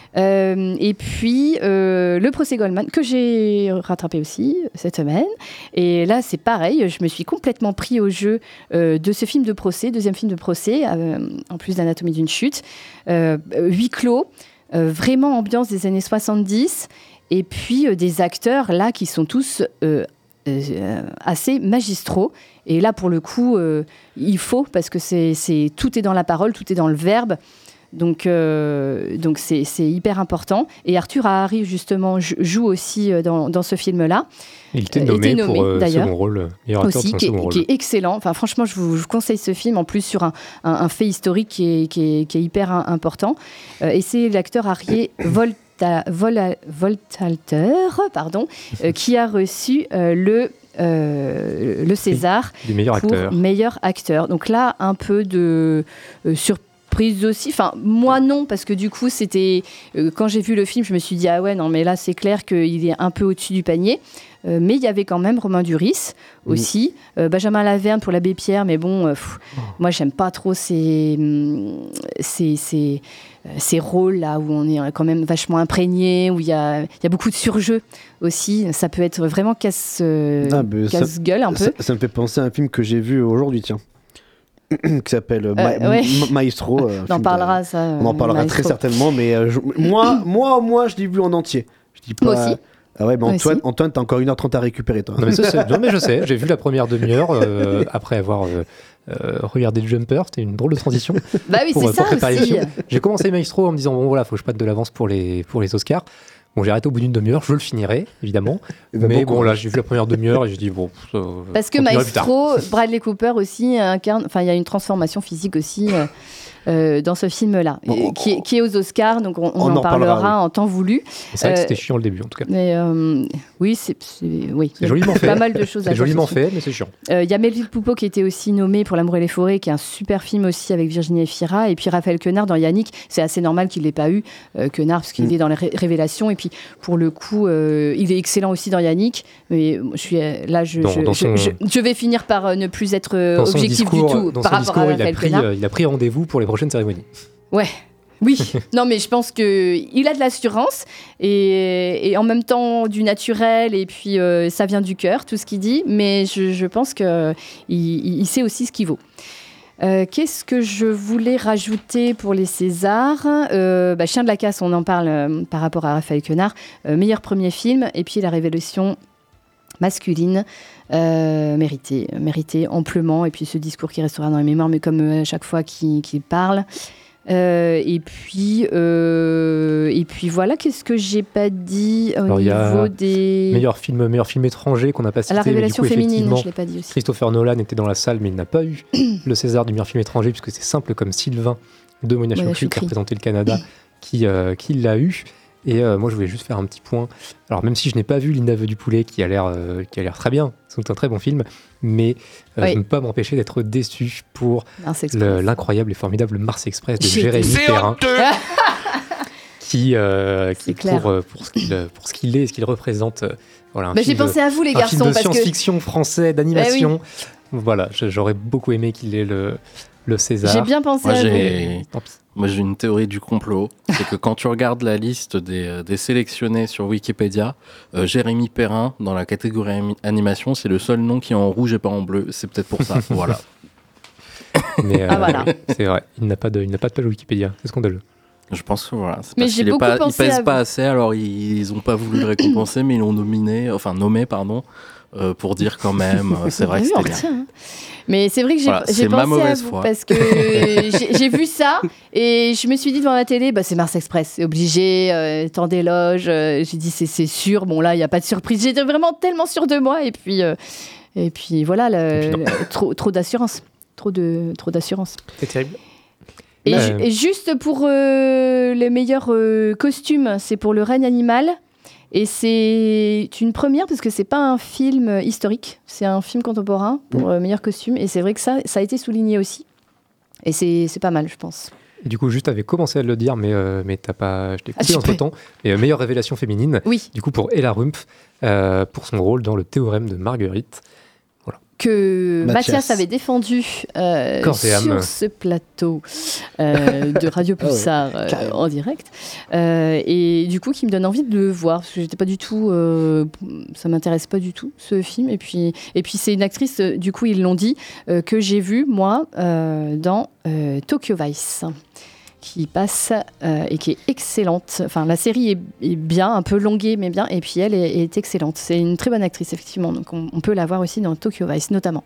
Euh, et puis euh, le procès Goldman que j'ai rattrapé aussi cette semaine, et là c'est pareil, je me suis complètement pris au jeu euh, de ce film de procès, deuxième film de procès, euh, en plus d'Anatomie d'une chute, euh, huis clos, euh, vraiment ambiance des années soixante-dix, et puis euh, des acteurs là qui sont tous euh, euh, assez magistraux, et là pour le coup euh, il faut, parce que c'est, c'est, tout est dans la parole, tout est dans le verbe. Donc, euh, donc c'est, c'est hyper important. Et Arthur Harari, justement, joue aussi dans, dans ce film-là. Il était nommé, était nommé pour euh, second rôle, meilleur acteur aussi, de son qui, second est, rôle. qui est excellent. Enfin, franchement, je vous, je vous conseille ce film, en plus sur un, un, un fait historique qui est, qui est, qui est hyper important. Euh, et c'est l'acteur Harry Volta, Vol, Voltalter, pardon, euh, qui a reçu euh, le... Euh, le César meilleur pour acteur. meilleur acteur. Donc là, un peu de euh, surprise prise aussi, enfin moi non, parce que du coup c'était euh, quand j'ai vu le film je me suis dit ah ouais non mais là c'est clair qu'il est un peu au-dessus du panier, euh, mais il y avait quand même Romain Duris aussi, mmh. euh, Benjamin Laverne pour l'Abbé Pierre, mais bon euh, pff, oh. moi j'aime pas trop ces ces, ces, ces rôles là où on est quand même vachement imprégné, où il y a, y a beaucoup de surjeu aussi, ça peut être vraiment casse, euh, ah, casse-gueule un peu. Ça, ça me fait penser à un film que j'ai vu aujourd'hui, tiens. Qui s'appelle euh, Ma- ouais. Ma- Maestro. Euh, on en parlera, de... ça. On en parlera Maestro. Très certainement, mais euh, je... moi, moi, moi, je l'ai vu en entier. Je dis pas... Moi aussi. Ah ouais, mais Antoine, Antoine, t'as encore une heure trente à récupérer, toi. Non, mais, ça, c'est... non, mais je sais, j'ai vu la première demi-heure euh, après avoir euh, euh, regardé le Jumper. C'était une drôle de transition. Bah oui, pour, c'est pour ça aussi. J'ai commencé Maestro en me disant, bon voilà, faut que je patte de l'avance pour les, pour les Oscars. Bon, j'ai arrêté au bout d'une demi-heure, je le finirai, évidemment. Ben mais bon, là, j'ai vu la première demi-heure et j'ai dit, bon... Ça, parce que Maestro, Bradley Cooper aussi incarne... Enfin, il y a une transformation physique aussi euh, euh, dans ce film-là, bon, qui, est, qui est aux Oscars, donc on, on, on en, en parlera, parlera oui. en temps voulu. C'est vrai euh, que c'était chiant le début, en tout cas. Mais euh, oui, c'est, c'est, oui, c'est joliment fait. Pas mal de choses c'est à joliment fait, mais c'est chiant. Il euh, y a Melville Poupeau qui était aussi nommé pour l'amour et les forêts, qui est un super film aussi avec Virginie Efira, et puis Raphaël Quenard dans Yannick. C'est assez normal qu'il l'ait pas eu, euh, Quenard, parce qu'il mmh. est dans les ré- révélations, et puis pour le coup, euh, il est excellent aussi dans Yannick, mais je suis là, je, dans, je, dans son... je, je, je vais finir par euh, ne plus être euh, objectif discours, du tout dans par son rapport discours, à il Raphaël a pris, Quenard. Euh, il a pris rendez-vous pour les prochaines cérémonies. Ouais. Oui, non mais je pense qu'il a de l'assurance et, et en même temps du naturel et puis euh, ça vient du cœur, tout ce qu'il dit, mais je, je pense qu'il il sait aussi ce qu'il vaut. Euh, qu'est-ce que je voulais rajouter pour les Césars ? euh, bah, Chien de la casse, on en parle euh, par rapport à Raphaël Quenard, euh, meilleur premier film, et puis la révélation masculine, euh, mérité, mérité amplement, et puis ce discours qui restera dans les mémoires, mais comme euh, à chaque fois qu'il, qu'il parle. Euh, et puis euh, et puis voilà, qu'est-ce que j'ai pas dit au Alors, niveau des meilleur film meilleur film étranger qu'on n'a pas cité. La révélation mais du coup, féminine, je l'ai pas dit aussi. Christopher Nolan était dans la salle, mais il n'a pas eu le César du meilleur film étranger puisque c'est simple comme Sylvain de Mona Chokri qui a représenté le Canada qui euh, qui l'a eu. Et euh, moi, je voulais juste faire un petit point. Alors, même si je n'ai pas vu Linda veut du poulet, qui a l'air, euh, qui a l'air très bien, c'est un très bon film, mais euh, oui. je ne peux pas m'empêcher d'être déçu pour le, l'incroyable et formidable Mars Express de J'ai Jérémy Perrin, qui, euh, qui pour, euh, pour, ce qu'il, pour ce qu'il est et ce qu'il représente. Euh, voilà, un bah, film j'ai pensé de, à vous, les un garçons. film de parce science-fiction que... français, d'animation. Bah, oui. Voilà, j'aurais beaucoup aimé qu'il ait le, le César. J'ai bien pensé moi, à j'ai... vous. Tant pis. Moi, j'ai une théorie du complot. C'est que quand tu regardes la liste des, des sélectionnés sur Wikipédia, euh, Jérémy Perrin, dans la catégorie ami- animation, c'est le seul nom qui est en rouge et pas en bleu. C'est peut-être pour ça. Voilà. Mais euh, ah, voilà. C'est vrai, il n'a pas de, il n'a pas de page Wikipédia. C'est scandaleux. Je pense que voilà. C'est mais parce j'ai qu'il beaucoup est pas, pensé il pèse à pas vous. assez, alors ils n'ont pas voulu le récompenser, mais ils l'ont nominé, enfin nommé, pardon, euh, pour dire quand même, euh, c'est vrai que c'était bien. Hein. Mais c'est vrai que j'ai, voilà, j'ai c'est pensé ma mauvaise à vous foi. parce que j'ai, j'ai vu ça et je me suis dit devant la télé, bah, c'est Mars Express, c'est obligé, euh, tant d'éloges. Euh, j'ai dit c'est, c'est sûr, bon là il n'y a pas de surprise. J'étais vraiment tellement sûre de moi et puis, euh, et puis voilà, le, et puis le, trop, trop d'assurance. Trop, de, trop d'assurance. C'est terrible. Et, euh... ju- et juste pour euh, les meilleurs euh, costumes, c'est pour Le règne animal. Et c'est une première parce que c'est pas un film historique, c'est un film contemporain pour euh, meilleur costume. Et c'est vrai que ça, ça a été souligné aussi. Et c'est, c'est pas mal, je pense. Et du coup, juste t'avais commencé à le dire, mais, euh, mais t'as pas, je t'ai coupé Ah, entre temps. Et euh, meilleure révélation féminine, oui. Du coup pour Ella Rumpf, euh, pour son rôle dans le théorème de Marguerite. Voilà. Que Mathias, Mathias avait défendu euh, sur ce plateau euh, de Radio Pulsar euh, en direct. Euh, et du coup, qui me donne envie de le voir, parce que j'étais pas du tout, euh, ça m'intéresse pas du tout, ce film. Et puis, et puis c'est une actrice, euh, du coup, ils l'ont dit, euh, que j'ai vue, moi, euh, dans euh, Tokyo Vice, qui passe euh, et qui est excellente. Enfin, la série est, est bien, un peu longuée, mais bien. Et puis elle est, est excellente. C'est une très bonne actrice, effectivement. Donc on, on peut la voir aussi dans Tokyo Vice, notamment.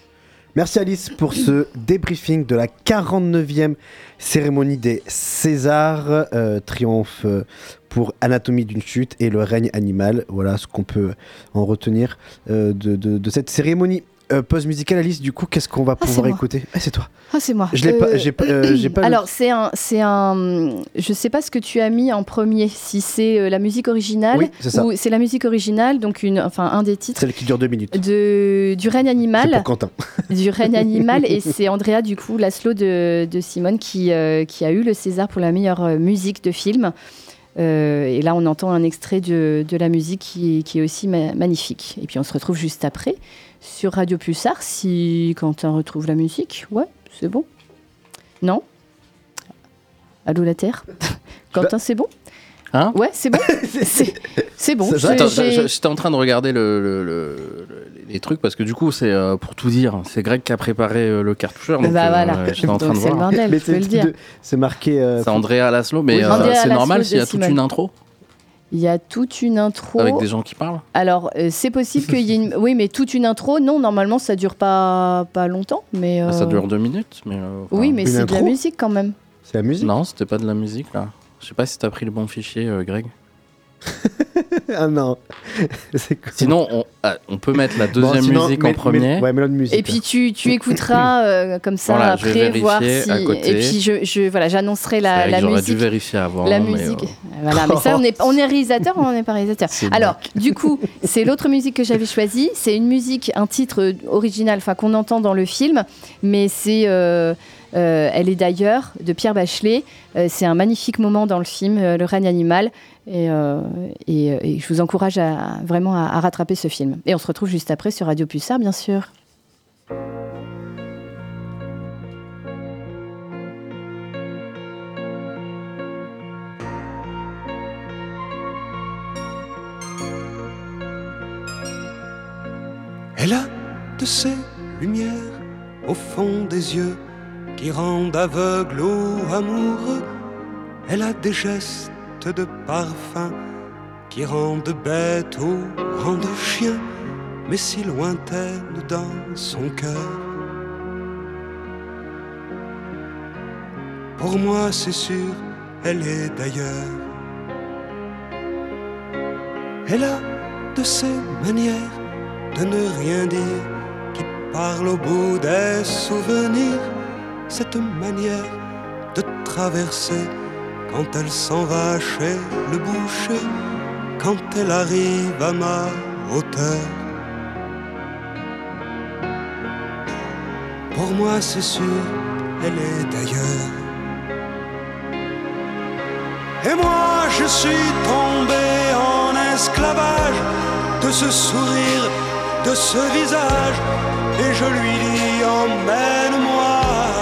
Merci Alice pour ce débriefing de la quarante-neuvième cérémonie des Césars. Euh, triomphe euh, pour Anatomie d'une chute et Le règne animal. Voilà ce qu'on peut en retenir euh, de, de, de cette cérémonie. Euh, pause musicale, Alice, du coup, qu'est-ce qu'on va Ah, pouvoir c'est écouter ? Ah, c'est toi. Ah, c'est moi. Je l'ai Euh, pas, j'ai pas, euh, j'ai pas. Alors, c'est un, c'est un. Je sais pas ce que tu as mis en premier. Si c'est euh, la musique originale Oui, c'est ça. ou c'est la musique originale, donc une, enfin un des titres. Celle qui dure deux minutes. De, du règne animal. C'est pour Quentin. Du règne animal, et c'est Andrea, du coup, Laszlo de, de Simone, qui, euh, qui a eu le César pour la meilleure euh, musique de film. Euh, et là, on entend un extrait de, de la musique qui, qui est aussi ma- magnifique. Et puis, on se retrouve juste après sur Radio Pulsar, si Quentin retrouve la musique. Ouais, c'est bon. Non ? Allô, la Terre ? Quentin, c'est bon ? Hein ? Ouais, c'est bon. c'est, c'est bon. Ça, Attends, j'ai- je- j'étais en train de regarder le, le- le- le- les trucs parce que du coup, c'est euh, pour tout dire, c'est Greg qui a préparé euh, le cartoucheur. Donc, Bah euh, voilà. j'étais en train Donc, de c'est le voir. bordel, Mais je peux c'est, le dire. de- c'est marqué. euh, C'est Andrea Laszlo, mais Oui, euh, Andrea c'est Laszlo normal de s'il y a toute Simone. une intro Il y a toute une intro. avec des gens qui parlent. Alors, euh, c'est possible qu'il y ait une... Oui, mais toute une intro, non, normalement, ça dure pas, pas longtemps. Mais, euh, Ça dure deux minutes, mais. euh, enfin, Oui, mais Une c'est de la intro musique quand même. C'est la musique. Non, c'était pas de la musique là. Je sais pas si t'as pris le bon fichier, euh, Greg. Ah non. Sinon, on, ah, on peut mettre la deuxième bon, sinon, musique mais, en premier. Mais, ouais, mélodie musique. Et puis tu, tu écouteras euh, comme ça voilà, après, voir si. À côté. Et puis je, je voilà, j'annoncerai la, la j'aurais musique. J'aurais dû vérifier avant. La mais musique. euh... Voilà, mais ça, on est, on est réalisateur ou on n'est pas réalisateur. C'est Alors, du coup, c'est l'autre musique que j'avais choisie. C'est une musique, un titre original, enfin qu'on entend dans le film, mais c'est. Euh, Euh, elle est d'ailleurs de Pierre Bachelet. Euh, c'est un magnifique moment dans le film, euh, Le règne animal. Et, euh, et, et je vous encourage à, vraiment à, à rattraper ce film. Et on se retrouve juste après sur Radio Pulsar, bien sûr. Elle a de ces lumières au fond des yeux qui rendent aveugle ou amoureux. Elle a des gestes de parfum qui rendent bête ou rendent chien, mais si lointaine dans son cœur. Pour moi c'est sûr, elle est d'ailleurs. Elle a de ces manières de ne rien dire qui parle au bout des souvenirs. Cette manière de traverser quand elle s'en va chez le boucher, quand elle arrive à ma hauteur. Pour moi c'est sûr, elle est d'ailleurs. Et moi je suis tombé en esclavage de ce sourire, de ce visage, et je lui dis emmène-moi.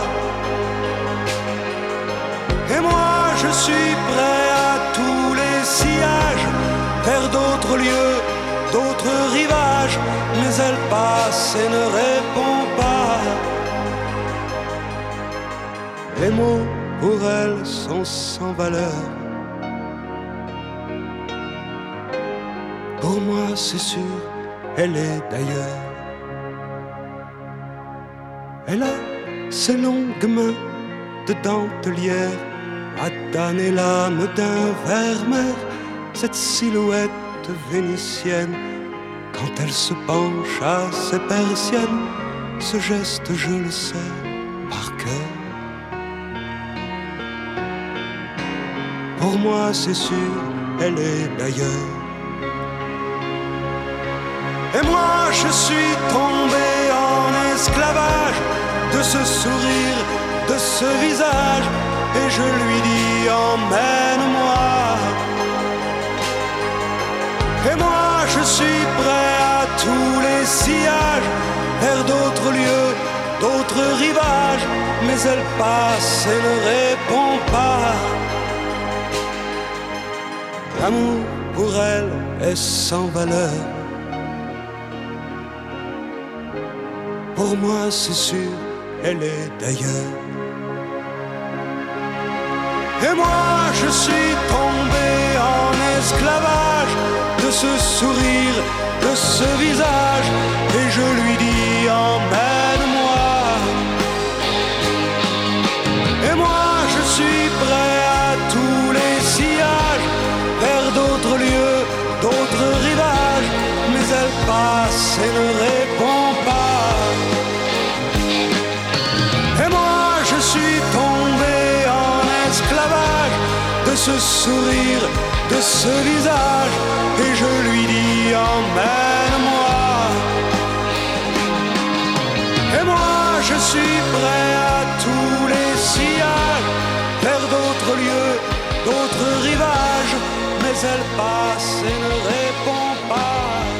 Et moi je suis prêt à tous les sillages, vers d'autres lieux, d'autres rivages, mais elle passe et ne répond pas. Les mots pour elle sont sans valeur. Pour moi c'est sûr, elle est d'ailleurs. Elle a ses longues mains de dentelière à damner l'âme d'un ver-mer, cette silhouette vénitienne quand elle se penche à ses persiennes, ce geste je le sais par cœur. Pour moi c'est sûr, elle est d'ailleurs. Et moi je suis tombé en esclavage de ce sourire, de ce visage, et je lui dis emmène-moi. Et moi je suis prêt à tous les sillages, vers d'autres lieux, d'autres rivages, mais elle passe et ne répond pas. L'amour pour elle est sans valeur. Pour moi c'est sûr, elle est d'ailleurs. Et moi je suis tombé en esclavage de ce sourire, de ce visage, et je lui dis emmène-moi. Et moi je suis prêt à tous les sillages, vers d'autres lieux, d'autres rivages, mais elle passe et ne répond pas. Et moi je suis tombé en esclavage de ce sourire, de ce visage, et je lui dis emmène-moi. Et moi je suis prêt à tous les sillages, vers d'autres lieux, d'autres rivages, mais elle passe et ne répond pas.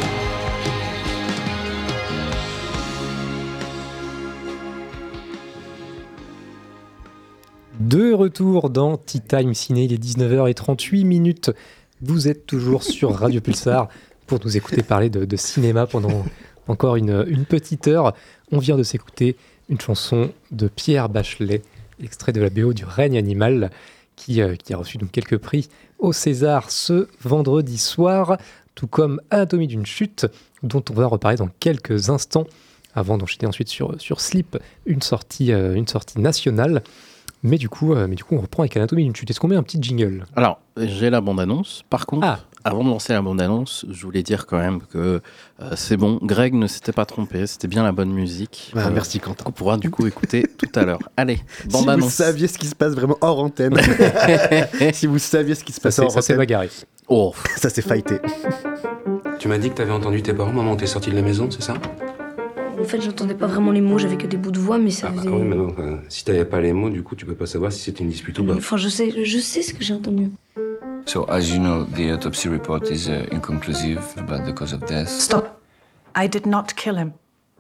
De retour dans Tea Time Ciné, il est dix-neuf heures trente-huit minutes. Vous êtes toujours sur Radio Pulsar pour nous écouter parler de, de cinéma pendant encore une, une petite heure. On vient de s'écouter une chanson de Pierre Bachelet, extrait de la B O du Règne animal, qui, euh, qui a reçu donc quelques prix au César ce vendredi soir, tout comme Anatomie d'une chute, dont on va reparler dans quelques instants, avant d'enchaîner ensuite sur, sur Sleep, une sortie, euh, une sortie nationale. Mais du coup, euh, mais du coup, on reprend avec Anatomie d'une chute. Est-ce qu'on met un petit jingle ? Alors, j'ai la bande-annonce. Par contre, Ah. avant de lancer la bande-annonce, je voulais dire quand même que euh, c'est bon, Greg ne s'était pas trompé, c'était bien la bonne musique. Ah, Euh, merci Quentin. Qu'on pourra du coup écouter tout à l'heure. Allez, Si vous bande-annonce. saviez ce qui se passe vraiment hors antenne. Si vous saviez ce qui se Ça passe c'est, hors ça c'est antenne. bagarré. Oh, Ça s'est fighté. Tu m'as dit que t'avais entendu tes parents, maman, t'es sorti de la maison, c'est ça? En fait, j'entendais pas vraiment les mots, j'avais que des bouts de voix, mais ça Ah bah faisait... oui, mais bon, euh, si t'avais pas les mots, du coup, tu peux pas savoir si c'était une dispute ou pas. Enfin, je sais, je sais ce que j'ai entendu. So, as you know, the autopsy report is uh, inconclusive about the cause of death. Stop. I did not kill him.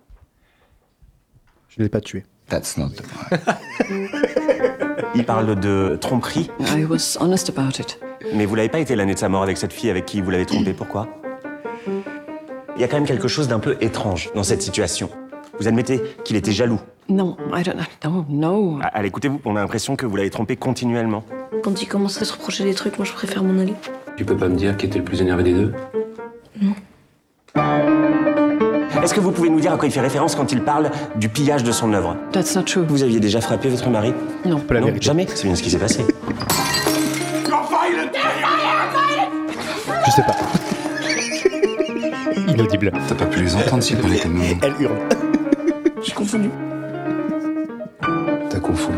Je ne l'ai pas tué. That's not the point. Il parle de tromperie. I was honest about it. Mais vous l'avez pas été l'année de sa mort avec cette fille avec qui vous l'avez trompé, pourquoi? Il y a quand même quelque chose d'un peu étrange dans cette situation. Vous admettez qu'il était jaloux. No, I don't know. No, no. Ah, allez, écoutez-vous, on a l'impression que vous l'avez trompé continuellement. Quand il commence à se reprocher des trucs, moi, je préfère m'en aller. Tu peux pas me dire qui était le plus énervé des deux? Non. Est-ce que vous pouvez nous dire à quoi il fait référence quand il parle du pillage de son œuvre? That's not true. Vous aviez déjà frappé votre mari? Non. Pas la Non, vérité. jamais. C'est bien ce qui s'est passé. Je sais pas. Inaudible. T'as pas pu les entendre s'ils parlaient comme nous. Elle hurle. J'ai confondu. T'as confondu.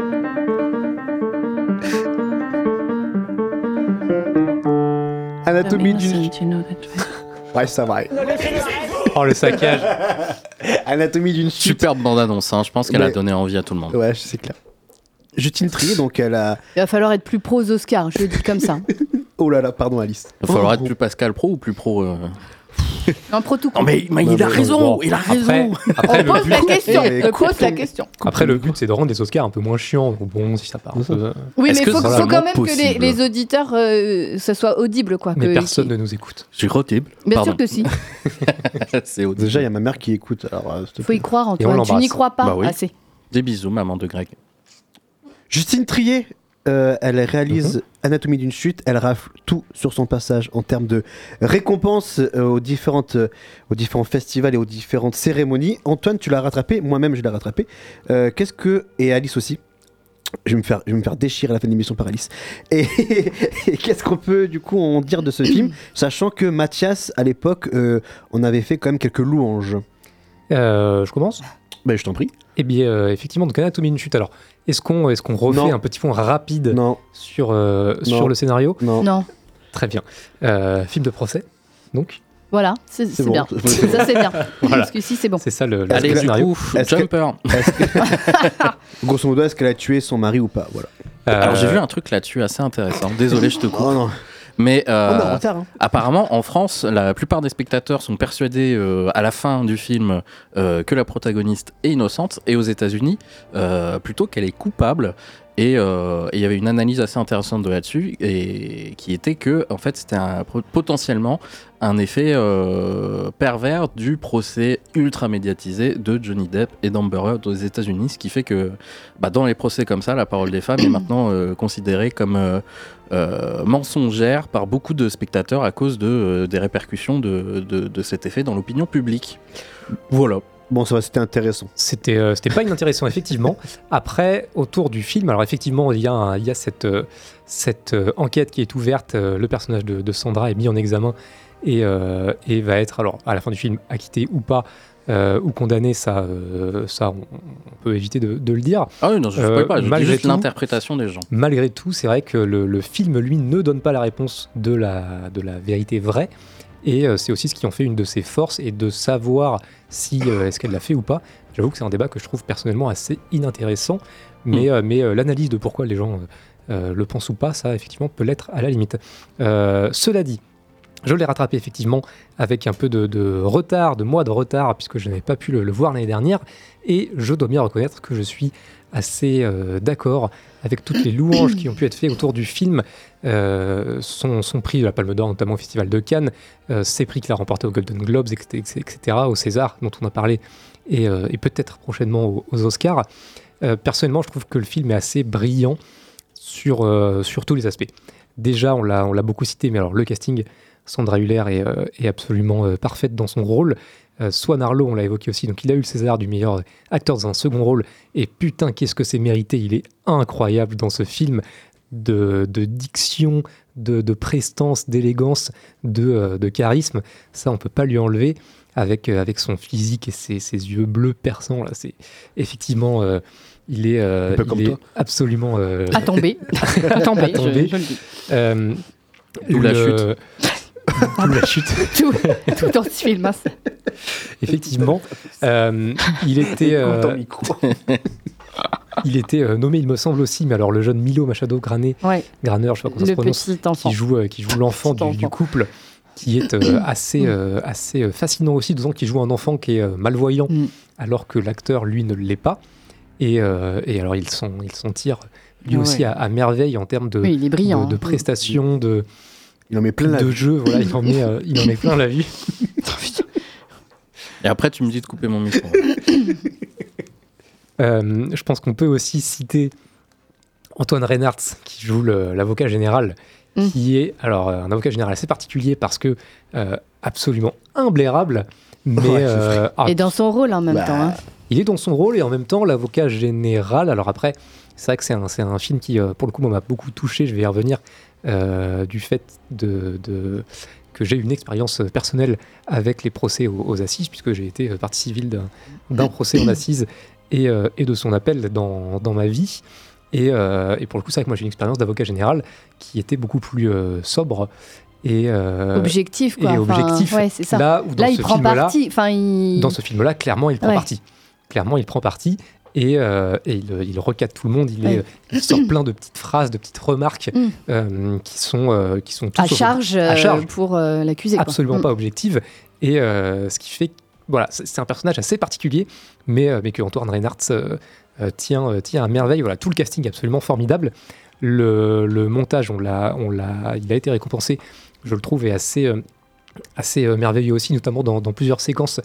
Anatomie I'm d'une. innocent, you know that, right? Ouais, ça va. Oh, le saccage. Anatomie d'une chute. superbe bande-annonce, hein. Je pense qu'elle Mais- a donné envie à tout le monde. Ouais, c'est clair. Justine Trier, donc elle a. Il va falloir être plus pro aux Oscars, je le dis comme ça. Oh là là, pardon Alice. Il va falloir Oh. être plus Pascal Pro ou plus pro euh... Un pro tout court. Non mais, mais Non, il a mais- raison, bon. il a Après, raison. après, On le pose but, la question, Eh, je coupe pose la ton- question. après, le but, c'est de rendre les Oscars un peu moins chiants. Donc bon, si ça part un peu... Oui, Est-ce mais que il faut, c'est faut quand vraiment même que les, possible les auditeurs, euh, ce soit audible, quoi. Mais que- personne qui- ne nous écoute. Je suis audible. Bien Pardon. sûr que si. C'est audible. Déjà, il y a ma mère qui écoute. Alors, euh, s'il te Faut y plaît. croire, Et on Antoine. Tu l'embrasse. n'y crois pas Bah oui. assez. Des bisous, maman de Greg. Justine Trier, euh, elle réalise Mhm. Anatomie d'une chute. Elle rafle tout sur son passage en termes de récompenses euh, aux, différentes, euh, aux différents festivals et aux différentes cérémonies. Antoine, tu l'as rattrapé. Moi-même, je l'ai rattrapé. Euh, Qu'est-ce que. Et Alice aussi. Je vais, me faire, je vais me faire déchirer à la fin de l'émission par Alice. Et, et qu'est-ce qu'on peut du coup en dire de ce film, sachant que Mathias, à l'époque, euh, on avait fait quand même quelques louanges. Euh, je commence. Ben, je t'en prie. Eh bien, euh, effectivement, donc Anatomie d'une chute. Alors, est-ce qu'on est qu'on refait Non. un petit point rapide Non, sur, euh, Non. sur le scénario? non. Non. Très bien. Euh, film de procès, donc. Voilà, c'est c'est bon. bien. C'est bon. Ça, c'est bien. Voilà. Parce que si, c'est bon. C'est ça le, le Allez, du scénario. coup, Est-ce que- Jumper. Est-ce que- Grosso modo, est-ce qu'elle a tué son mari ou pas? Voilà. Alors j'ai Euh, vu un truc là-dessus assez intéressant. Désolé, je te coupe. Oh non. Mais euh, On est en retard. Hein. apparemment, en France, la plupart des spectateurs sont persuadés euh, à la fin du film euh, que la protagoniste est innocente, et aux États-Unis, euh, plutôt qu'elle est coupable. Et euh, et il y avait une analyse assez intéressante de là-dessus, et qui était que, en fait, c'était un- potentiellement un effet euh, pervers du procès ultra médiatisé de Johnny Depp et d'Amber Heard aux États-Unis, ce qui fait que, bah, dans les procès comme ça, la parole des femmes est maintenant euh, considérée comme euh, euh, mensongère par beaucoup de spectateurs à cause de, euh, des répercussions de, de, de cet effet dans l'opinion publique. Voilà. Bon, ça va, c'était intéressant. C'était euh, c'était pas inintéressant, effectivement. Après, autour du film, alors effectivement, il y a, un- il y a cette, euh, cette euh, enquête qui est ouverte. euh, le personnage de, de Sandra est mis en examen et, euh, et va être, alors, à la fin du film, acquitté ou pas, euh, ou condamné. Ça, euh, ça on, on peut éviter de, de le dire. Ah oui, non, je ne Euh, pas, je dis malgré juste tout- l'interprétation des gens. Malgré tout, c'est vrai que le, le film, lui, ne donne pas la réponse de la, de la vérité vraie. Et euh, c'est aussi ce qui en fait une de ses forces, et de savoir si euh, est-ce qu'elle l'a fait ou pas. J'avoue que c'est un débat que je trouve personnellement assez inintéressant, mais, euh, mais euh, l'analyse de pourquoi les gens euh, euh, le pensent ou pas, ça effectivement peut l'être à la limite. Euh, cela dit, je l'ai rattrapé effectivement avec un peu de, de retard, de mois de retard, puisque je n'avais pas pu le, le voir l'année dernière, et je dois bien reconnaître que je suis assez euh, d'accord avec toutes les louanges qui ont pu être faites autour du film. Euh, son, son prix de la Palme d'Or, notamment au Festival de Cannes, euh, ses prix qu'il a remporté aux Golden Globes, et cetera, au César, dont on a parlé, et, euh, et peut-être prochainement aux, aux Oscars. Euh, personnellement, je trouve que le film est assez brillant sur, euh, sur tous les aspects. déjà, on l'a, on l'a beaucoup cité, mais alors le casting, Sandra Hüller est, euh, est absolument euh, parfaite dans son rôle. Euh, Swan Arlo, on l'a évoqué aussi, donc il a eu le César du meilleur acteur dans un second rôle, et putain, qu'est-ce que c'est mérité, il est incroyable dans ce film, de, de diction, de, de prestance, d'élégance, de, euh, de charisme, ça on peut pas lui enlever, avec, euh, avec son physique et ses, ses yeux bleus perçants, là, c'est effectivement... Euh, il est, euh, il est absolument... Euh, à tomber. à tomber, à tomber. Je, je le dis. Euh, D'où le... la chute. D'où la chute. tout, tout dans ce film. Hein. Effectivement. Euh, il était... Euh, il était euh, nommé, il me semble aussi, mais alors le jeune Milo Machado Grané, ouais. Graner, je sais pas comment ça se prononce, petit enfant. qui joue, euh, qui joue l'enfant du, du couple, qui est euh, assez, euh, assez fascinant aussi, d'autant qu'il joue un enfant qui est euh, malvoyant, mm. alors que l'acteur, lui, ne l'est pas. Et, euh, et alors, il s'en, il s'en tire, lui ouais. aussi, à, à merveille en termes de, oui, il est brillant, de, de prestations, de, il en met plein de la jeu. Voilà, il, en met, euh, il en met plein la vue. Et après, tu me dis de couper mon micro. euh, je pense qu'on peut aussi citer Antoine Reinhardt, qui joue le, l'avocat général, mm. qui est alors un avocat général assez particulier parce que euh, absolument imblairable. Mais, ouais, euh, et dans son rôle en même bah, temps. Hein. Il est dans son rôle et en même temps l'avocat général. Alors après, c'est vrai que c'est un, c'est un film qui, pour le coup, m'a beaucoup touché. Je vais y revenir euh, du fait de, de, que j'ai une expérience personnelle avec les procès aux, aux assises, puisque j'ai été partie civile d'un, d'un procès en assises et, euh, et de son appel dans, dans ma vie. Et, euh, et pour le coup, c'est vrai que moi j'ai une expérience d'avocat général qui était beaucoup plus euh, sobre. Et euh, objectif quoi. Et enfin, objectif. Ouais, c'est ça. Là, où dans Là ce il prend film-là, parti. Enfin, il... Dans ce film-là, clairement, il prend ouais. parti. Clairement, il prend parti et, euh, et il, il recadre tout le monde. Il, est, ouais. il sort plein de petites phrases, de petites remarques mm. euh, qui sont euh, qui sont tous à charge, à charge pour euh, l'accusé. Absolument quoi. pas objectives. Et euh, ce qui fait, voilà, c'est, c'est un personnage assez particulier, mais euh, mais que Antoine Reinhardt euh, euh, tient euh, tient à merveille. Voilà, tout le casting est absolument formidable. Le, le montage, on l'a, on l'a, il a été récompensé. Je le trouve est assez, euh, assez euh, merveilleux aussi, notamment dans, dans plusieurs séquences,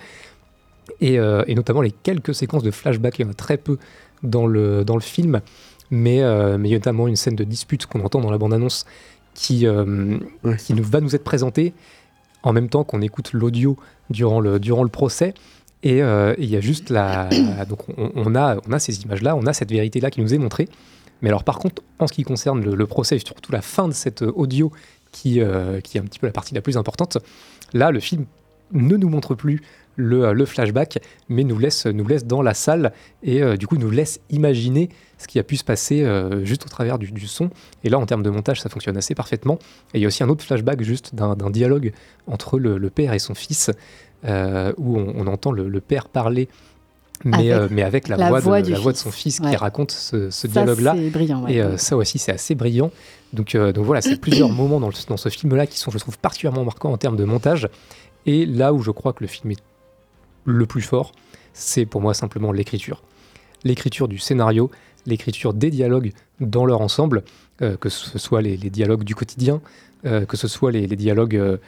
et, euh, et notamment les quelques séquences de flashback, il y en a très peu dans le, dans le film, mais, euh, mais il y a notamment une scène de dispute qu'on entend dans la bande-annonce qui, euh, ouais. qui nous, va nous être présentée en même temps qu'on écoute l'audio durant le, durant le procès, et euh, il y a juste la... donc on, on, a, on a ces images-là, on a cette vérité-là qui nous est montrée, mais alors par contre, en ce qui concerne le, le procès, et surtout la fin de cet audio, Qui, euh, qui est un petit peu la partie la plus importante. Là, le film ne nous montre plus le, le flashback, mais nous laisse, nous laisse dans la salle et euh, du coup nous laisse imaginer ce qui a pu se passer euh, juste au travers du, du son. Et là, en termes de montage, ça fonctionne assez parfaitement. Et il y a aussi un autre flashback juste d'un, d'un dialogue entre le, le père et son fils, euh, où on, on entend le, le père parler Mais avec, euh, mais avec la, la, voix, voix, de, la voix de son fils ouais. qui raconte ce, ce dialogue-là. C'est brillant, ouais. Et euh, ça aussi, c'est assez brillant. Donc, euh, donc voilà, c'est plusieurs moments dans, le, dans ce film-là qui sont, je trouve, particulièrement marquants en termes de montage. Et là où je crois que le film est le plus fort, c'est pour moi simplement l'écriture. L'écriture du scénario, l'écriture des dialogues dans leur ensemble, euh, que ce soit les, les dialogues du quotidien, euh, que ce soit les, les dialogues euh,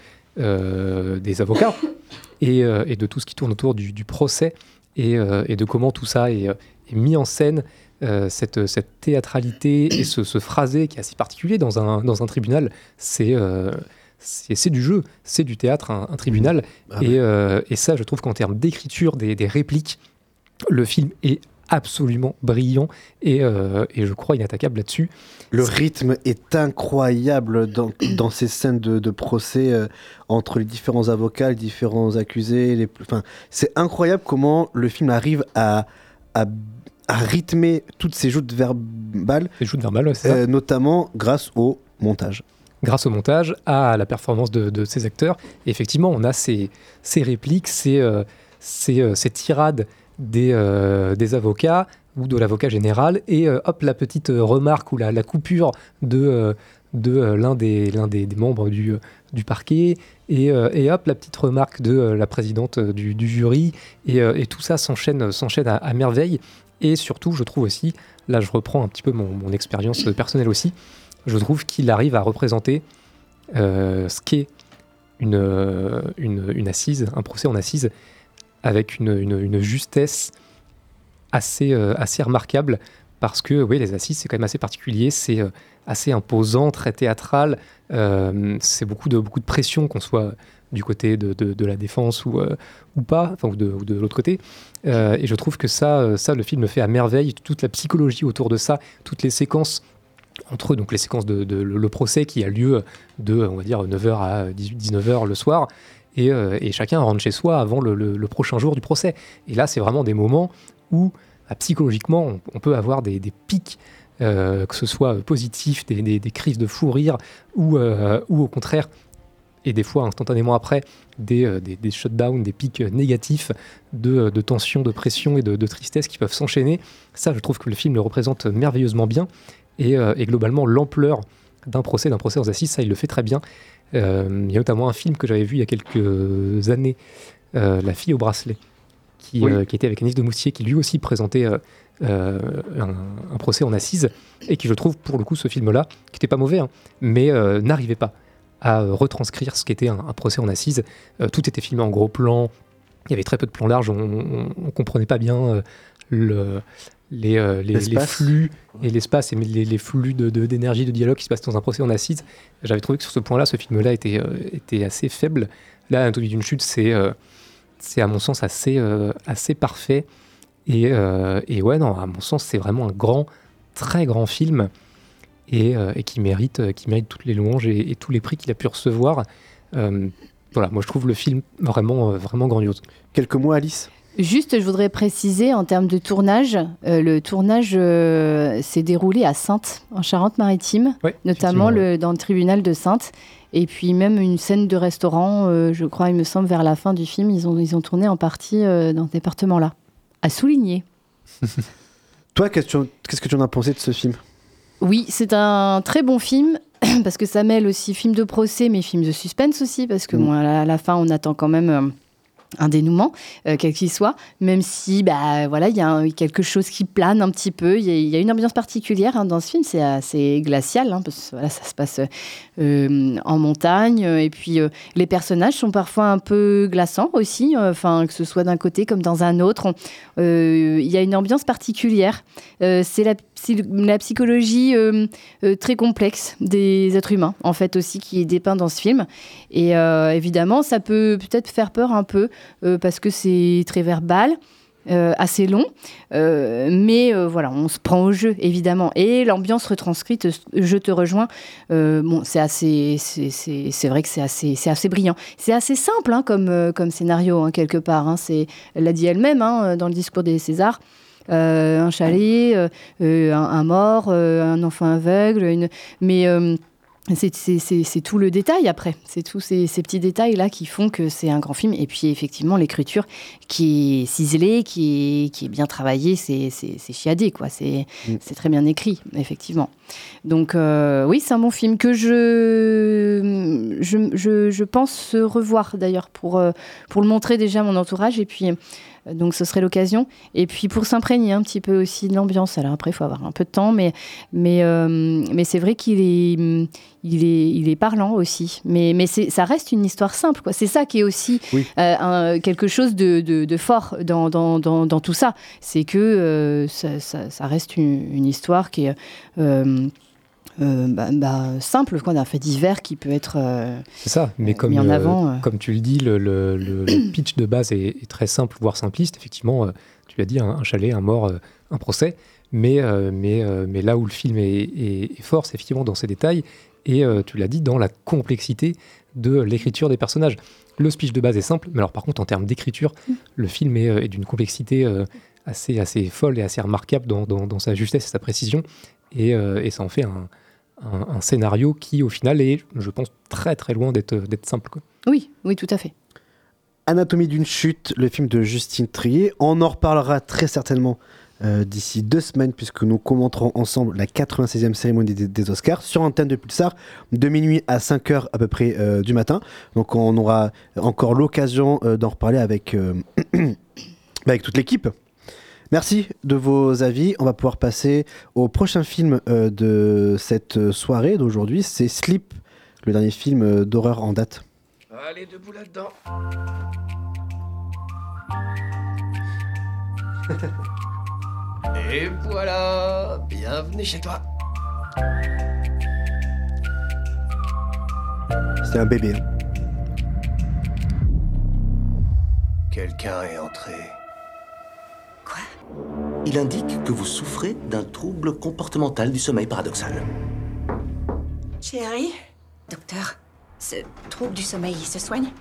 euh, des avocats, et, euh, et de tout ce qui tourne autour du, du procès. Et, euh, et de comment tout ça est, est mis en scène, euh, cette, cette théâtralité et ce, ce phrasé qui est assez particulier dans un, dans un tribunal, c'est, euh, c'est, c'est du jeu, c'est du théâtre, un, un tribunal. Ah et, euh, et ça, je trouve qu'en termes d'écriture, des, des répliques, le film est absolument brillant et, euh, et je crois inattaquable là-dessus. Le rythme est incroyable dans, dans ces scènes de, de procès euh, entre les différents avocats, les différents accusés. Les, enfin, c'est incroyable comment le film arrive à, à, à rythmer toutes ces joutes verbales, les joutes verbales ouais, c'est euh, ça. Notamment grâce au montage. Grâce au montage, à la performance de, de ces acteurs. Et effectivement, on a ces, ces répliques, ces, euh, ces, euh, ces tirades Des, euh, des avocats ou de l'avocat général et euh, hop la petite euh, remarque ou la, la coupure de, euh, de euh, l'un, des, l'un des, des membres du, euh, du parquet et, euh, et hop la petite remarque de euh, la présidente du, du jury et, euh, et tout ça s'enchaîne, s'enchaîne à, à merveille et surtout je trouve aussi, là je reprends un petit peu mon, mon expérience personnelle aussi, je trouve qu'il arrive à représenter euh, ce qu'est une, une, une assise, un procès en assise avec une, une, une justesse assez, euh, assez remarquable parce que oui, les assises, c'est quand même assez particulier, c'est euh, assez imposant, très théâtral, euh, c'est beaucoup de, beaucoup de pression, qu'on soit du côté de, de, de la défense ou, euh, ou pas, enfin, ou de, ou de l'autre côté. Euh, et je trouve que ça, ça, le film le fait à merveille, toute la psychologie autour de ça, toutes les séquences entre eux, donc les séquences de, de, de le procès qui a lieu de, on va dire, neuf heures à dix-huit dix-neuf heures le soir, et, euh, et chacun rentre chez soi avant le, le, le prochain jour du procès. Et là, c'est vraiment des moments où, bah, psychologiquement, on, on peut avoir des, des pics, euh, que ce soit positifs, des, des, des crises de fou rire, ou, euh, ou au contraire, et des fois instantanément après, des, euh, des, des shutdowns, des pics négatifs de, de tension, de pression et de, de tristesse qui peuvent s'enchaîner. Ça, je trouve que le film le représente merveilleusement bien. Et, euh, et globalement, l'ampleur d'un procès, d'un procès aux assises, ça, il le fait très bien. Euh, il y a notamment un film que j'avais vu il y a quelques années, euh, La fille au bracelet, qui, oui. euh, qui était avec Anis de Moustier, qui lui aussi présentait euh, euh, un, un procès en assises, et qui, je trouve, pour le coup, ce film-là, qui n'était pas mauvais, hein, mais euh, n'arrivait pas à retranscrire ce qu'était un, un procès en assises. Euh, tout était filmé en gros plan, il y avait très peu de plans larges, on ne comprenait pas bien euh, le... Les, euh, les, les flux et l'espace et les, les flux de, de, d'énergie, de dialogue qui se passent dans un procès en assises. J'avais trouvé que sur ce point-là, ce film-là était, euh, était assez faible. Là, Anatomie d'une chute, c'est, euh, c'est à mon sens assez, euh, assez parfait. Et, euh, et ouais, non, à mon sens, c'est vraiment un grand, très grand film et, euh, et qui, mérite, qui mérite toutes les louanges et, et tous les prix qu'il a pu recevoir. Euh, voilà, moi, je trouve le film vraiment, vraiment grandiose. Quelques mots, Alice ? Juste, je voudrais préciser, en termes de tournage, euh, le tournage euh, s'est déroulé à Saintes, en Charente-Maritime, oui, notamment le, dans le tribunal de Saintes. Et puis même une scène de restaurant, euh, je crois, il me semble, vers la fin du film, ils ont, ils ont tourné en partie euh, dans ce département-là. À souligner. Toi, qu'est-ce que, tu, qu'est-ce que tu en as pensé de ce film ? Oui, c'est un très bon film, parce que ça mêle aussi film de procès, mais film de suspense aussi, parce que mmh. bon, à la fin, on attend quand même... Euh, un dénouement, euh, quel qu'il soit, même si bah, voilà, il y a un, quelque chose qui plane un petit peu. Il y, y a une ambiance particulière hein, dans ce film, c'est assez glacial, hein, parce que voilà, ça se passe euh, en montagne. Et puis, euh, les personnages sont parfois un peu glaçants aussi, enfin, euh, que ce soit d'un côté comme dans un autre. Il euh, y a une ambiance particulière. Euh, c'est la, la psychologie euh, euh, très complexe des êtres humains, en fait, aussi, qui est dépeint dans ce film. Et euh, évidemment, ça peut peut-être faire peur un peu, Euh, parce que c'est très verbal, euh, assez long, euh, mais euh, voilà, on se prend au jeu évidemment, et l'ambiance retranscrite, je te rejoins. Euh, bon, c'est assez, c'est, c'est, c'est vrai que c'est assez, c'est assez brillant, c'est assez simple hein, comme euh, comme scénario hein, quelque part. Hein, c'est, elle l'a dit elle-même hein, dans le discours des Césars. Euh, un chalet, euh, un, un mort, euh, un enfant aveugle, une... mais euh, C'est, c'est, c'est, c'est tout le détail après, c'est tous ces, ces petits détails-là qui font que c'est un grand film. Et puis effectivement, l'écriture qui est ciselée, qui est, qui est bien travaillée, c'est, c'est, c'est chiadé, quoi. C'est, mm. c'est très bien écrit, effectivement. Donc euh, oui, c'est un bon film que je, je, je, je pense revoir d'ailleurs pour, pour le montrer déjà à mon entourage. Et puis... Donc, ce serait l'occasion. Et puis, pour s'imprégner un petit peu aussi de l'ambiance. Alors, après, il faut avoir un peu de temps, mais, mais, euh, mais c'est vrai qu'il est, il est, il est parlant aussi. Mais, mais c'est, ça reste une histoire simple, quoi. C'est ça qui est aussi oui. euh, un, quelque chose de, de, de fort dans, dans, dans, dans tout ça. C'est que euh, ça, ça, ça reste une, une histoire qui est... Euh, Euh, bah, bah, simple, quoi, d'un fait divers qui peut être euh, c'est ça, mais comme, mis en avant. Euh, euh... comme tu le dis, le, le, le, le pitch de base est, est très simple, voire simpliste. Effectivement, euh, tu l'as dit, un, un chalet, un mort, euh, un procès. Mais, euh, mais, euh, mais là où le film est, est, est fort, c'est effectivement dans ses détails. Et euh, tu l'as dit, dans la complexité de l'écriture des personnages. Le speech de base est simple, mais alors par contre, en termes d'écriture, mm. le film est, est d'une complexité euh, assez, assez folle et assez remarquable dans, dans, dans sa justesse et sa précision. Et, euh, et ça en fait un... Un, un scénario qui, au final, est, je pense, très très loin d'être, d'être simple, quoi. Oui, oui, tout à fait. Anatomie d'une chute, le film de Justine Triet. On en reparlera très certainement euh, d'ici deux semaines, puisque nous commenterons ensemble la quatre-vingt-seizième cérémonie des, des Oscars sur antenne de Pulsar, de minuit à cinq heures à peu près euh, du matin. Donc on aura encore l'occasion euh, d'en reparler avec, euh, avec toute l'équipe. Merci de vos avis. On va pouvoir passer au prochain film euh, de cette soirée d'aujourd'hui. C'est Sleep, le dernier film euh, d'horreur en date. Allez, debout là-dedans. Et voilà, bienvenue chez toi. C'est un bébé. Hein. Quelqu'un est entré. Quoi? Il indique que vous souffrez d'un trouble comportemental du sommeil paradoxal. Chérie? Docteur, ce trouble du sommeil, il se soigne?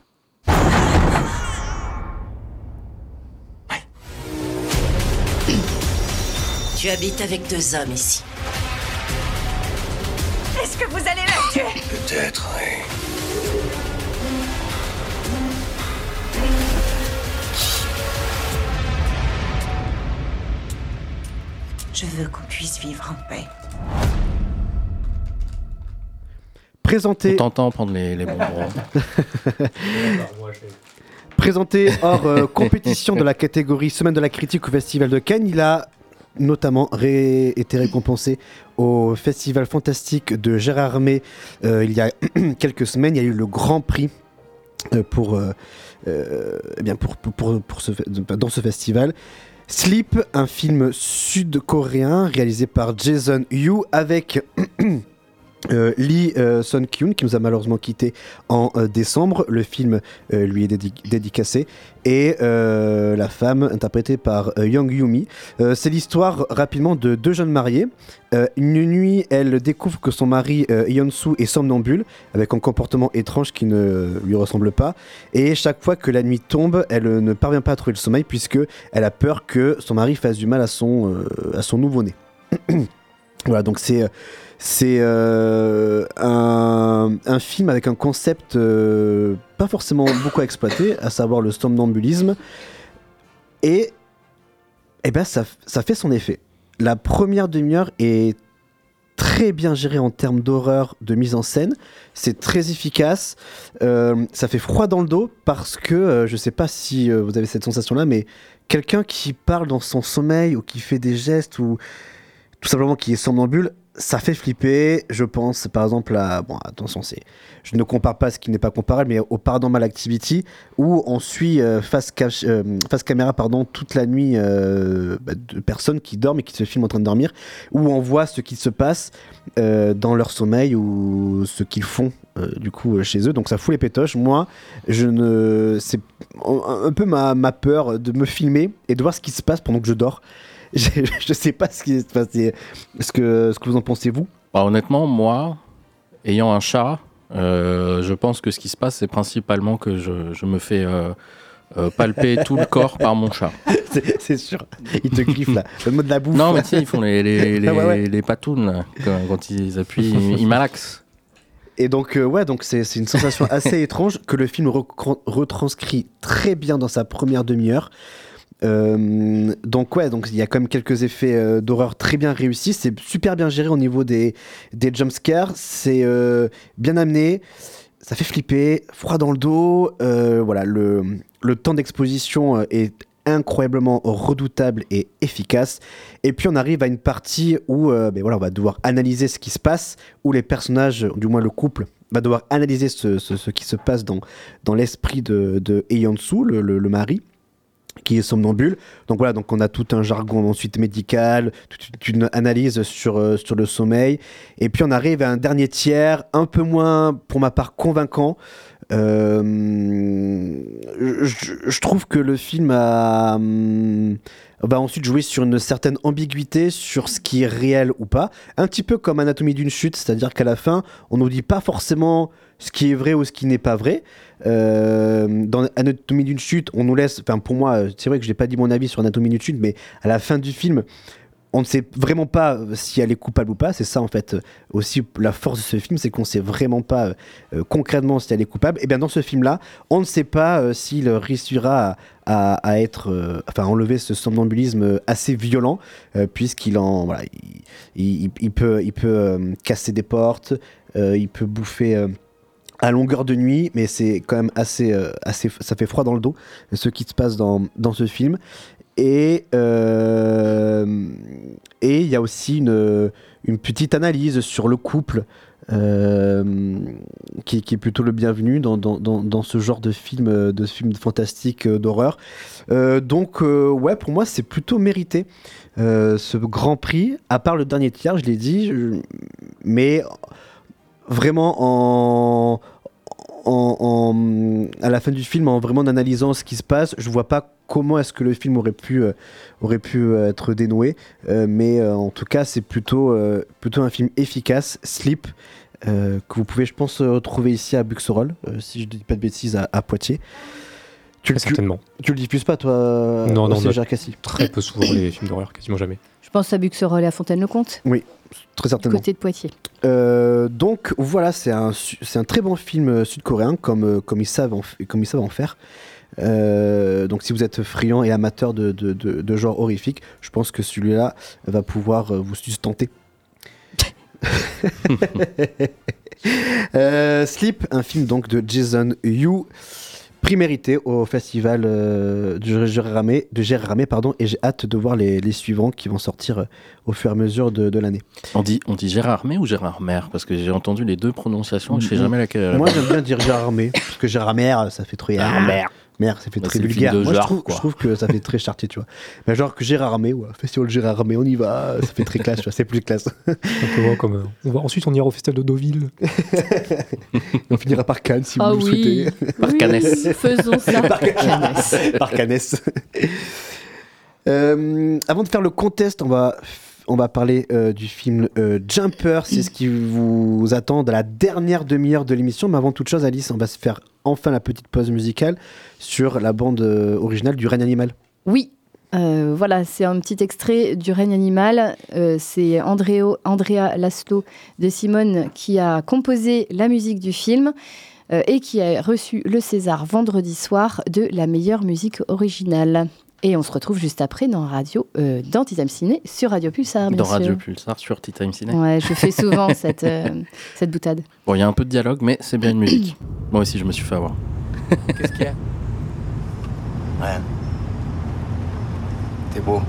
Tu habites avec deux hommes ici. Est-ce que vous allez la tuer? Peut-être, oui. Je veux qu'on puisse vivre en paix. Présenté. On t'entend prendre les, les bonbons. Présenté hors euh, compétition de la catégorie Semaine de la critique au Festival de Cannes, il a notamment ré- été récompensé au Festival Fantastique de Gérardmer euh, il y a quelques semaines. Il y a eu le Grand Prix euh, pour, euh, euh, eh bien pour, pour, pour, pour ce, dans ce festival. Sleep, un film sud-coréen réalisé par Jason Yu avec euh, Lee euh, Sun-kyun qui nous a malheureusement quitté en euh, décembre. Le film euh, lui est dédi- dédicacé et euh, la femme interprétée par euh, Young Yumi. Euh, c'est l'histoire rapidement de deux jeunes mariés. Euh, une nuit, elle découvre que son mari euh, Yeon-soo est somnambule avec un comportement étrange qui ne lui ressemble pas. Et chaque fois que la nuit tombe, elle euh, ne parvient pas à trouver le sommeil puisque elle a peur que son mari fasse du mal à son, euh, à son nouveau-né. Voilà, donc c'est c'est euh, un, un film avec un concept euh, pas forcément beaucoup à exploiter, à savoir le somnambulisme. Et, et ben ça, ça fait son effet. La première demi-heure est très bien gérée en termes d'horreur, de mise en scène. C'est très efficace. Euh, ça fait froid dans le dos parce que, euh, je sais pas si euh, vous avez cette sensation-là, mais quelqu'un qui parle dans son sommeil ou qui fait des gestes ou tout simplement qui est somnambule, ça fait flipper. Je pense par exemple à... Bon, attention, c'est, je ne compare pas ce qui n'est pas comparable, mais au Paranormal Activity, où on suit euh, face, cache, euh, face caméra pardon, toute la nuit euh, bah, de personnes qui dorment et qui se filment en train de dormir, où on voit ce qui se passe euh, dans leur sommeil ou ce qu'ils font euh, du coup chez eux. Donc ça fout les pétoches. Moi, je ne... c'est un peu ma, ma peur de me filmer et de voir ce qui se passe pendant que je dors. Je, je sais pas ce, qui, enfin, c'est, ce, que, ce que vous en pensez, vous. Bah, honnêtement, moi, ayant un chat, euh, je pense que ce qui se passe, c'est principalement que je, je me fais euh, euh, palper tout le corps par mon chat. C'est, c'est sûr. Il te griffe là. Le mot de la bouffe. Non, mais tu sais, ils font les, les, les, ah ouais, ouais. les patounes là, quand, quand ils appuient, ils, ils malaxent. Et donc, euh, ouais, donc c'est, c'est une sensation assez étrange que le film recro- retranscrit très bien dans sa première demi-heure. Euh, donc ouais, donc il y a quand même quelques effets euh, d'horreur très bien réussis. C'est super bien géré au niveau des, des jumpscares. C'est euh, bien amené. Ça fait flipper, froid dans le dos. Euh, voilà, le, le temps d'exposition est incroyablement redoutable et efficace. Et puis on arrive à une partie où euh, ben voilà, on va devoir analyser ce qui se passe, où les personnages, du moins le couple, va devoir analyser ce, ce, ce qui se passe dans, dans l'esprit de, de Yeon-soo, le, le, le mari, qui est somnambule. Donc voilà, donc on a tout un jargon ensuite médical, toute une analyse sur, euh, sur le sommeil. Et puis on arrive à un dernier tiers, un peu moins, pour ma part, convaincant. Euh, je, je trouve que le film a, hum, va ensuite jouer sur une certaine ambiguïté sur ce qui est réel ou pas. Un petit peu comme Anatomie d'une chute, c'est-à-dire qu'à la fin, on nous dit pas forcément ce qui est vrai ou ce qui n'est pas vrai. Euh, dans Anatomie d'une chute, on nous laisse... Enfin, pour moi, c'est vrai que je n'ai pas dit mon avis sur Anatomie d'une chute, mais à la fin du film, on ne sait vraiment pas si elle est coupable ou pas. C'est ça, en fait, aussi la force de ce film, c'est qu'on ne sait vraiment pas euh, concrètement si elle est coupable. Et bien, dans ce film-là, on ne sait pas euh, s'il réussira à, à, à être... Euh, enfin, enlever ce somnambulisme assez violent, euh, puisqu'il en... Voilà, il, il, il peut, il peut euh, casser des portes, euh, il peut bouffer... Euh, à longueur de nuit, mais c'est quand même assez, euh, assez, ça fait froid dans le dos, ce qui se passe dans, dans ce film. Et euh, et il y a aussi une, une petite analyse sur le couple euh, qui, qui est plutôt le bienvenu dans, dans, dans, dans ce genre de film, de film fantastique euh, d'horreur. Euh, donc euh, ouais, pour moi c'est plutôt mérité euh, ce grand prix, à part le dernier tiers, je l'ai dit, je, mais vraiment en, en, en à la fin du film, en vraiment analysant ce qui se passe, je vois pas comment est-ce que le film aurait pu euh, aurait pu euh, être dénoué, euh, mais euh, en tout cas c'est plutôt euh, plutôt un film efficace, Sleep, euh, que vous pouvez je pense retrouver ici à Buxerolles, euh, si je dis pas de bêtises, à, à Poitiers. Tu le, certainement. Tu, tu le diffuses pas, toi? Non, non, non. Cassis. Très peu souvent les films d'horreur, quasiment jamais. Je pense à Buxerolles et à Fontaine-le-Comte. Oui, très certainement. Du côté de Poitiers. Euh, donc voilà, c'est un, c'est un très bon film sud-coréen, comme, comme, ils savent en, comme ils savent en faire. Euh, donc si vous êtes friand et amateur de, de, de, de genre horrifique, je pense que celui-là va pouvoir vous sustenter. euh, Sleep, un film donc de Jason Yu, prix mérité au festival euh, de Gérardmer, de Gérardmer pardon, et j'ai hâte de voir les, les suivants qui vont sortir euh, au fur et à mesure de, de l'année. On dit, on dit Gérardmer ou Gérardmer? Parce que j'ai entendu les deux prononciations, mmh. je sais jamais laquelle. Moi j'aime bien dire Gérardmer, parce que Gérardmer ça fait trop... Gérardmer. Merde, ça fait bah, très vulgaire. Moi, je, trouve, je trouve que ça fait très chartier, tu vois. Mais genre que Gérardmer, ouais, festival Gérardmer, on y va, ça fait très classe, tu vois, c'est plus classe. Un peu moins comme. Euh, on va, ensuite, on ira au festival de Deauville. On finira par Cannes, si ah vous oui. le souhaitez. Par oui, Cannes. Faisons ça. Par Cannes. Par Cannes. euh, avant de faire le contest, on va. On va parler euh, du film euh, Jumper, c'est ce qui vous attend dans la dernière demi-heure de l'émission. Mais avant toute chose, Alice, on va se faire enfin la petite pause musicale sur la bande euh, originale du Règne animal. Oui, euh, voilà, c'est un petit extrait du Règne animal. Euh, c'est Andréo, Andrea Laszlo de Simone qui a composé la musique du film euh, et qui a reçu le César vendredi soir de la meilleure musique originale. Et on se retrouve juste après dans Radio, euh, dans Tea Time Ciné sur Radio Pulsar, bien dans sûr. Radio Pulsar sur Tea Time Ciné. Ouais, je fais souvent cette, euh, cette boutade. Bon, il y a un peu de dialogue, mais c'est bien une musique. Moi aussi, je me suis fait avoir. Qu'est-ce qu'il y a? Rien. T'es beau.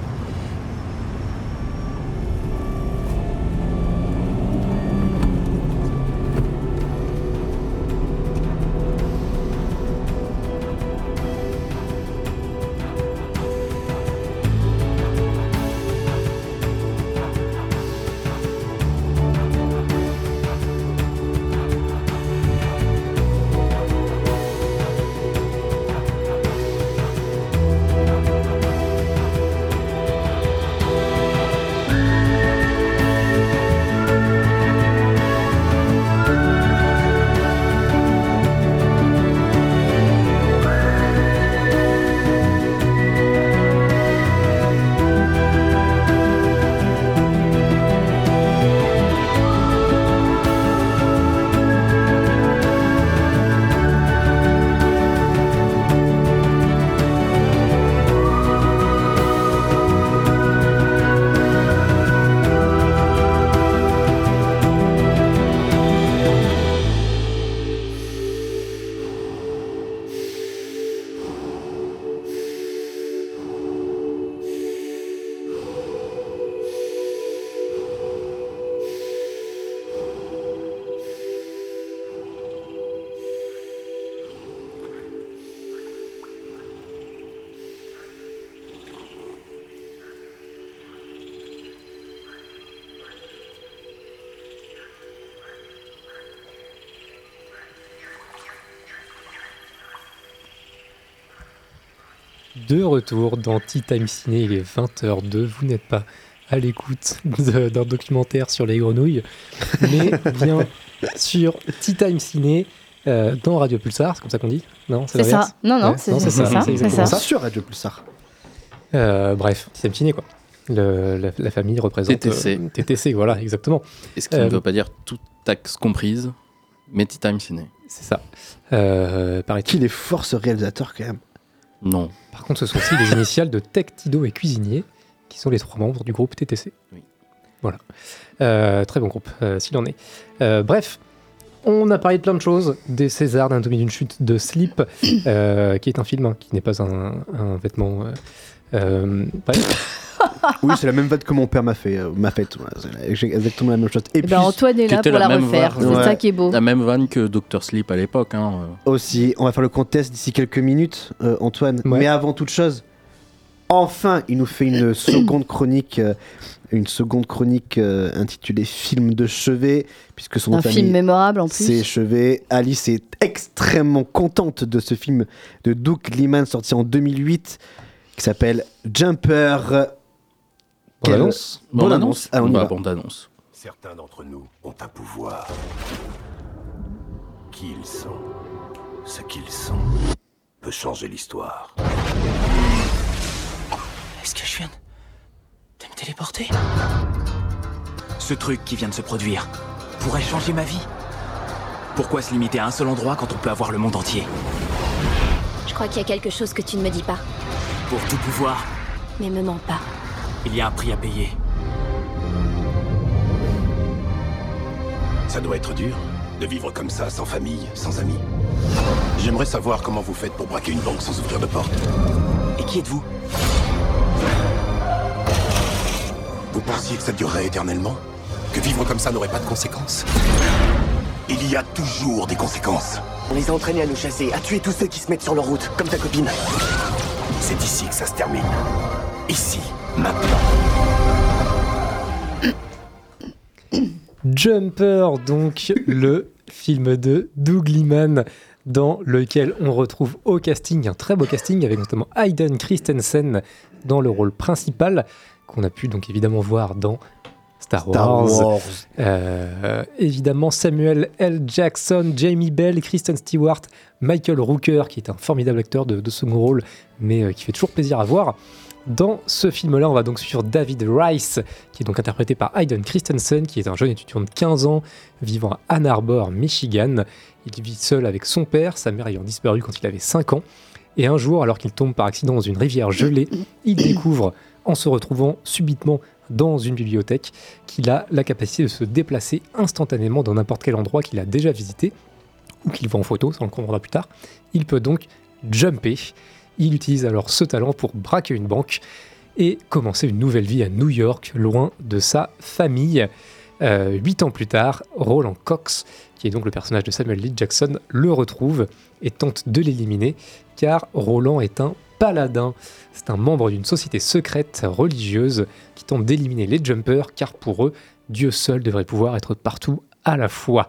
De retour dans Tea Time Ciné, il est vingt heures deux, vous n'êtes pas à l'écoute de, d'un documentaire sur les grenouilles, mais bien sur Tea Time Ciné euh, dans Radio Pulsar, c'est comme ça qu'on dit? Non, c'est, c'est ça. Non, non, ouais, c'est, non c'est, c'est ça. C'est c'est ça. ça. Sur Radio Pulsar. Euh, bref, Tea Time Ciné, quoi. Le, la, la famille représente... T T C. Euh, T T C, voilà, exactement. Et ce qui euh, ne veut pas dire toute taxe comprise, mais Tea Time Ciné. C'est ça. Euh, paraît-il. Qu'il est fort ce réalisateur, quand même. Non. Par contre, ce sont aussi les initiales de Tech, Tido et Cuisinier, qui sont les trois membres du groupe T T C. Oui. Voilà. Euh, très bon groupe, euh, s'il en est. Euh, bref, on a parlé de plein de choses. Des Césars, d'Anatomie d'une chute, de Sleep, euh, qui est un film hein, qui n'est pas un, un vêtement Euh, bref. Oui, c'est la même vanne que mon père m'a fait. euh, m'a fait ouais, c'est exactement la même chose. Et Eh ben, Antoine est là C'était pour la, la même refaire. vanne, C'est ouais. ça qui est beau. La même vanne que docteur Sleep à l'époque. Hein. aussi, on va faire le contest d'ici quelques minutes, euh, Antoine. Ouais. Mais avant toute chose, enfin, il nous fait une seconde chronique, euh, une seconde chronique euh, intitulée Film de chevet, puisque son nom Un de film famille, mémorable en plus. c'est Chevet. Alice est extrêmement contente de ce film de Doug Liman sorti en deux mille huit, qui s'appelle Jumper. Bonne Quelle- annonce. Bonne Bonne annonce. annonce. Ah, on y Bah, va. bonne annonce. Certains d'entre nous ont un pouvoir. Qui ils sont, ce qu'ils sont, peut changer l'histoire. Est-ce que je viens de me téléporter? Ce truc qui vient de se produire pourrait changer ma vie. Pourquoi se limiter à un seul endroit quand on peut avoir le monde entier? Je crois qu'il y a quelque chose que tu ne me dis pas. Pour tout pouvoir, Mais me mens pas. il y a un prix à payer. Ça doit être dur, de vivre comme ça, sans famille, sans amis. J'aimerais savoir comment vous faites pour braquer une banque sans ouvrir de porte. Et qui êtes-vous? Vous pensiez que ça durerait éternellement? Que vivre comme ça n'aurait pas de conséquences? Il y a toujours des conséquences. On les a entraînés à nous chasser, à tuer tous ceux qui se mettent sur leur route, comme ta copine. C'est ici que ça se termine. Ici, maintenant. Jumper, donc le film de Doug Liman, dans lequel on retrouve au casting un très beau casting avec notamment Hayden Christensen dans le rôle principal, qu'on a pu donc évidemment voir dans Star Wars. Star Wars. Euh, évidemment Samuel L. Jackson, Jamie Bell, Kristen Stewart, Michael Rooker, qui est un formidable acteur de, de second rôle, mais euh, qui fait toujours plaisir à voir. Dans ce film-là, on va donc suivre David Rice, qui est donc interprété par Hayden Christensen, qui est un jeune étudiant de quinze ans, vivant à Ann Arbor, Michigan. Il vit seul avec son père, sa mère ayant disparu quand il avait cinq ans. Et un jour, alors qu'il tombe par accident dans une rivière gelée, il découvre, en se retrouvant subitement dans une bibliothèque, qu'il a la capacité de se déplacer instantanément dans n'importe quel endroit qu'il a déjà visité, ou qu'il voit en photo, ça on le comprendra plus tard. Il peut donc jumper. Il utilise alors ce talent pour braquer une banque et commencer une nouvelle vie à New York, loin de sa famille. Euh, huit ans plus tard, Roland Cox, qui est donc le personnage de Samuel L. Jackson, le retrouve et tente de l'éliminer, car Roland est un paladin. C'est un membre d'une société secrète religieuse qui tente d'éliminer les jumpers, car pour eux, Dieu seul devrait pouvoir être partout à la fois.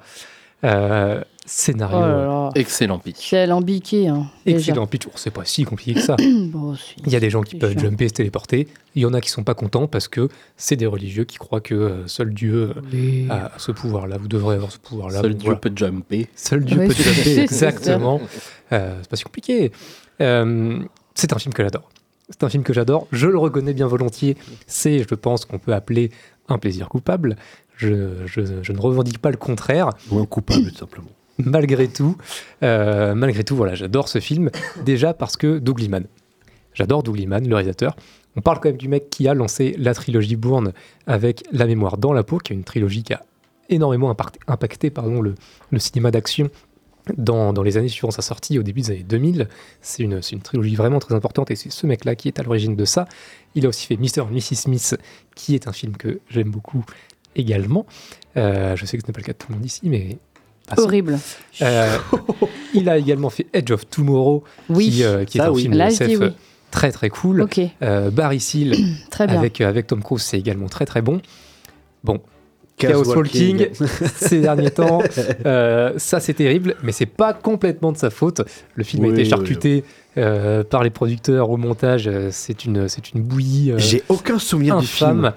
Euh, scénario Oh là là. Excellent pitch. Quel ambiqué. Hein, déjà. Excellent pitch. Oh, c'est pas si compliqué que ça. Bon, si. Il y a des gens qui C'est peuvent chiant. jumper et se téléporter. Il y en a qui sont pas contents parce que c'est des religieux qui croient que euh, seul Dieu euh, Oui. a ce pouvoir-là. Vous devrez avoir ce pouvoir-là. Seul Bon, Dieu voilà. peut jumper. Seul Dieu Oui, peut c'est- jumper, c'est ça. exactement. Euh, c'est pas si compliqué. Euh, c'est un film que j'adore. C'est un film que j'adore. Je le reconnais bien volontiers. C'est, je pense, qu'on peut appeler un plaisir coupable. Je, je, je ne revendique pas le contraire. Ou un coupable, tout simplement. Malgré tout, euh, malgré tout, voilà, j'adore ce film. Déjà parce que Doug Liman. J'adore Doug Liman, le réalisateur. On parle quand même du mec qui a lancé la trilogie Bourne avec La mémoire dans la peau, qui est une trilogie qui a énormément impacté, impacté pardon, le, le cinéma d'action dans, dans les années suivant sa sortie, au début des années deux mille. C'est une, c'est une trilogie vraiment très importante et c'est ce mec-là qui est à l'origine de ça. Il a aussi fait mister et missus Smith, qui est un film que j'aime beaucoup également. Euh, je sais que ce n'est pas le cas de tout le monde ici, mais... passons. Horrible. Euh, il a également fait Edge of Tomorrow, Oui. qui, euh, qui est Ça, un oui. film de Là, je S F dis oui. très très cool. Ok. Euh, Barry Seal, Très bien. avec, euh, avec Tom Cruise, c'est également très très bon. Bon, Chaos Chaos Walking, Walking. ces derniers temps, euh, ça c'est terrible, mais c'est pas complètement de sa faute. Le film a Oui, été oui, charcuté euh, par les producteurs au montage. euh, C'est une, c'est une bouillie euh, J'ai aucun souvenir du film. infâme.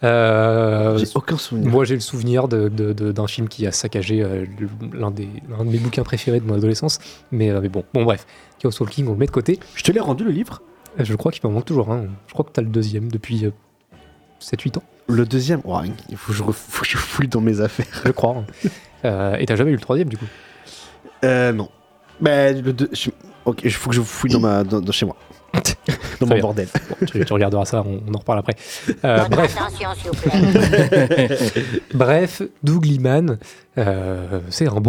Euh, J'ai aucun souvenir. Moi, j'ai le souvenir de, de- de- d'un film qui a saccagé euh, le- l'un, des, l'un de mes bouquins préférés de mon adolescence. Mais, euh, mais bon, bon, bref, Chaos Walking, on le met de côté. Je te l'ai rendu le livre Euh, Je crois qu'il m'en manque toujours un. Je crois que tu as le deuxième depuis euh, sept huit ans. Le deuxième oh, il faut que, je ref- faut que je fouille dans mes affaires. Je crois. hein. Euh, et t'as jamais eu le troisième, du coup? Euh, non. Bah, le deux... je- Ok, il faut que je fouille dans, ma... dans, dans chez moi. Dans Très mon bien. bordel. Bon, tu, tu regarderas ça, on, on en reparle après. Euh, Votre bref. attention, s'il vous plaît. Bref, Doug Liman, euh, c'est un bon,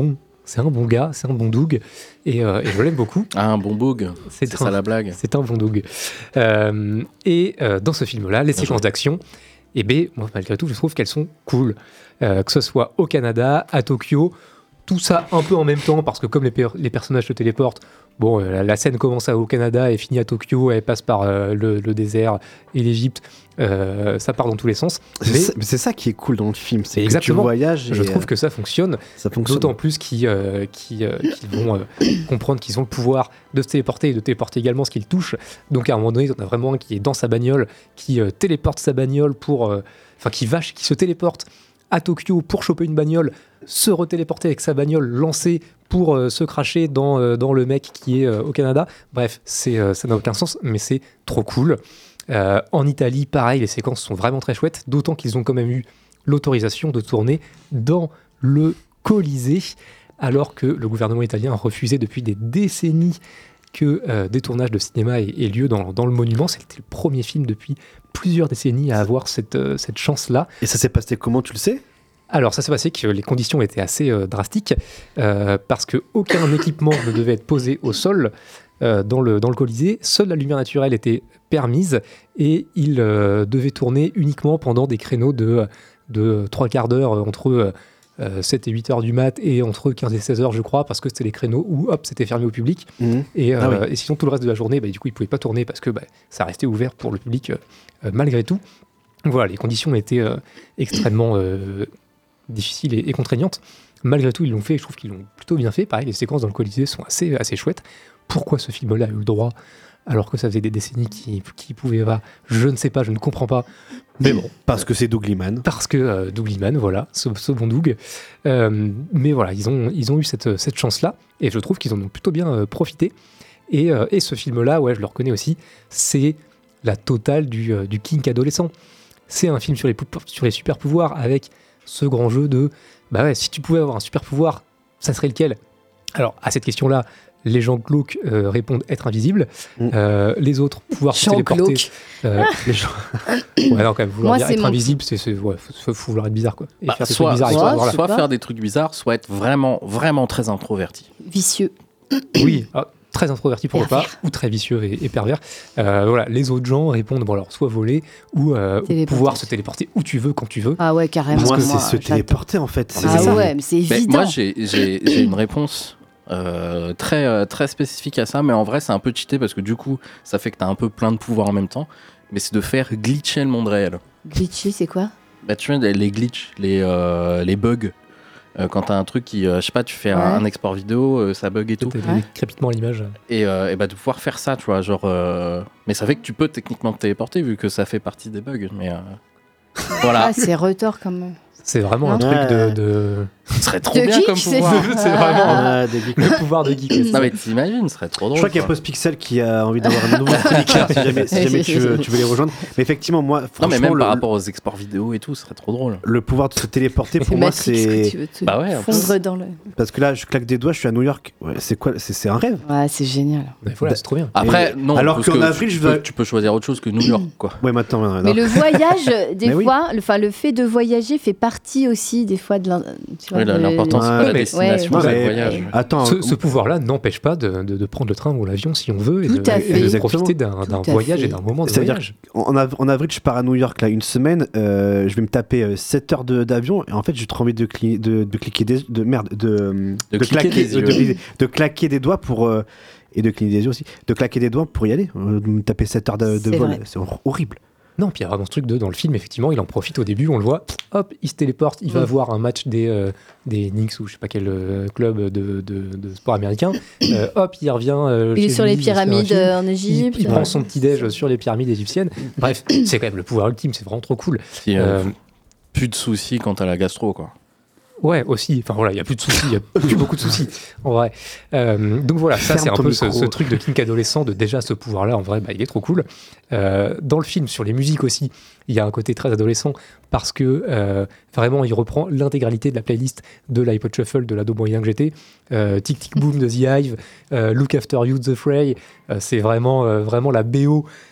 c'est un bon gars, c'est un bon Doug, et, euh, et je l'aime beaucoup. Ah, un bon Boog, c'est, c'est ça la blague. C'est un bon Doug. Euh, et euh, dans ce film-là, les Bien séquences joué. d'action, eh bien, moi, malgré tout, je trouve qu'elles sont cool. Euh, que ce soit au Canada, à Tokyo, tout ça un peu en même temps, parce que comme les, per- les personnages se téléportent, bon, euh, la, la scène commence à- au Canada et finit à Tokyo, elle passe par euh, le, le désert et l'Égypte, euh, ça part dans tous les sens. C'est, Mais ça, mais c'est ça qui est cool dans le film, c'est exactement, que tu voyages. Et je trouve euh, que ça fonctionne, ça fonctionne. d'autant plus qu'ils, euh, qu'ils, euh, qu'ils vont euh, comprendre qu'ils ont le pouvoir de se téléporter et de téléporter également ce qu'ils touchent. Donc à un moment donné, on a vraiment un qui est dans sa bagnole, qui euh, téléporte sa bagnole pour... euh, Enfin, qui, va, qui se téléporte à Tokyo pour choper une bagnole, se retéléporter avec sa bagnole lancée pour euh, se cracher dans, euh, dans le mec qui est euh, au Canada. Bref, c'est, euh, ça n'a aucun sens, mais c'est trop cool. Euh, en Italie, pareil, les séquences sont vraiment très chouettes, d'autant qu'ils ont quand même eu l'autorisation de tourner dans le Colisée, alors que le gouvernement italien a refusé depuis des décennies que euh, des tournages de cinéma aient, aient lieu dans, dans le monument. C'était le premier film depuis plusieurs décennies à avoir cette, euh, cette chance-là. Et ça s'est passé comment, tu le sais ? Alors, ça s'est passé que les conditions étaient assez euh, drastiques, euh, parce qu'aucun équipement ne devait être posé au sol euh, dans, le, dans le Colisée. Seule la lumière naturelle était permise, et il euh, devait tourner uniquement pendant des créneaux de, de trois quarts d'heure entre... Euh, Euh, sept et huit heures du mat et entre quinze et seize heures, je crois, parce que c'était les créneaux où hop, c'était fermé au public. Mmh. Et, euh, Ah oui. et sinon, tout le reste de la journée, bah, du coup, ils ne pouvaient pas tourner parce que bah, ça restait ouvert pour le public euh, euh, malgré tout. Donc voilà, les conditions étaient euh, extrêmement euh, difficiles et, et contraignantes. Malgré tout, ils l'ont fait et je trouve qu'ils l'ont plutôt bien fait. Pareil, les séquences dans le Colisée sont assez, assez chouettes. Pourquoi ce film-là a eu le droit alors que ça faisait des décennies qu'il qui pouvait pas? Je ne sais pas, je ne comprends pas. Mais bon. Parce que c'est Doug Liman. Parce que euh, Doug Liman, voilà, ce, ce bon Doug. Euh, mais voilà, ils ont, ils ont eu cette, cette chance-là, et je trouve qu'ils en ont plutôt bien euh, profité. Et, euh, et ce film-là, ouais, je le reconnais aussi, c'est la totale du, euh, du kink adolescent. C'est un film sur les, pou- sur les super pouvoirs, avec ce grand jeu de, bah ouais, si tu pouvais avoir un super pouvoir, ça serait lequel? Alors, à cette question-là, les gens glauques euh, répondent être invisibles. Mm. Euh, les autres, pouvoir se Gens téléporter. glauques. Euh, les gens... ouais, non, quand même, vouloir Moi, dire c'est être mon- invisible, c'est, c'est ouais, faut, faut vouloir être bizarre, quoi. Et Bah, faire des soit trucs bizarres. avec soit, ce pouvoir-là. soit faire des trucs bizarres, soit être vraiment, vraiment très introverti. Vicieux. Oui, ah, très introverti pourquoi pas, Pervers. ou très vicieux et, et pervers. Euh, voilà, les autres gens répondent, bon alors, soit voler, ou euh, Téléporter. pouvoir se téléporter où tu veux, quand tu veux. Ah ouais, carrément. Moi, Moi, c'est se j'adore. téléporter en fait. C'est Ah ça. ouais, mais c'est Mais évident. moi, j'ai, j'ai, j'ai une réponse euh, très, euh, très spécifique à ça, mais en vrai, c'est un peu cheaté parce que du coup, ça fait que t'as un peu plein de pouvoirs en même temps. Mais c'est de faire glitcher le monde réel. Glitchy, c'est quoi? Bah, tu vois, les glitches, les, euh, les bugs. Euh, quand t'as un truc qui, euh, je sais pas, tu fais un, Ouais. un export vidéo, euh, ça bug et tout. T'as Ouais. des crépitements à l'image. Et, euh, et bah, de pouvoir faire ça, tu vois, genre. euh, Mais ça fait que tu peux techniquement te téléporter vu que ça fait partie des bugs. Mais euh, voilà. Ah, c'est retort comme. C'est vraiment un Non. truc de... Ouais. de... Ce serait trop De bien geek, comme c'est pouvoir. ça. c'est vraiment Ah, des geeks. le pouvoir de geek. ouais, Non, ça. mais t'imagines, ce serait trop drôle. Je crois qu'il y a quoi. Postpixel qui a envie d'avoir un nouveau chroniqueur si jamais, si jamais tu, veux, tu veux les rejoindre. Mais effectivement, moi, Non, franchement, mais même le, par rapport aux exports vidéo et tout, ce serait trop drôle. le pouvoir de se téléporter, pour C'est moi, Matrix, que c'est. tu veux te Bah ouais, un peu. fondre dans le. Parce que là, je claque des doigts, je suis à New York. Ouais, c'est quoi c'est, c'est un rêve. Ouais, c'est génial. Mais voilà, c'est trop bien. Après, Et- non. alors parce qu'en que avril, tu je peux- veux- Tu peux choisir autre chose que New York, quoi. Ouais, maintenant. non, Mais non. le voyage, des Mais oui. fois, le, enfin, le fait de voyager fait partie aussi des fois de l'in- tu vois, Oui, la- de- l'important, c'est Ouais, pas la mais- destination, ouais, c'est le mais- voyage. Attends, Ce, ce pouvoir-là n'empêche pas de, de, de prendre le train ou l'avion si on veut et Tout de, à et fait. de profiter Exactement. d'un, d'un Tout à voyage fait. et d'un moment de Ça veut dire voyage. en, av- en avril, je pars à New York là une semaine. euh, je vais me taper euh, sept heures de- d'avion et en fait, j'ai trop envie de, cli- de, de cliquer des de merde de De cliquer claquer des de, yeux. de- de claquer des doigts pour euh, et de cligner des yeux aussi. De claquer des doigts pour y aller. Euh, de me taper sept heures de, de C'est vol, vrai. c'est hor- horrible. Non, puis il y a vraiment ce truc de, dans le film, effectivement, il en profite au début, on le voit, hop, il se téléporte, il va Mm. voir un match des, euh, des Knicks ou je sais pas quel euh, club de, de, de sport américain, Euh, hop, il revient euh, Il est chez sur lui, les il se fait un pyramides film, euh, en il, Égypte. il prend son petit-déj sur les pyramides égyptiennes. Bref, c'est quand même le pouvoir ultime, c'est vraiment trop cool. Puis, euh, Euh, plus de soucis quant à la gastro, quoi. Ouais, aussi. Enfin voilà, il n'y a plus de soucis, il n'y a plus beaucoup de soucis, en vrai. Euh, donc voilà, ça Ferme c'est un ton peu ce, micro. ce truc de kink adolescent, de déjà ce pouvoir-là, en vrai, bah, il est trop cool. Euh, dans le film, sur les musiques aussi, il y a un côté très adolescent, parce que euh, vraiment, il reprend l'intégralité de la playlist de l'iPod Shuffle de l'ado moyen que j'étais. Euh, Tic Tic Boom de The Hive, euh, Look After You de The Fray, euh, c'est vraiment, euh, vraiment la B O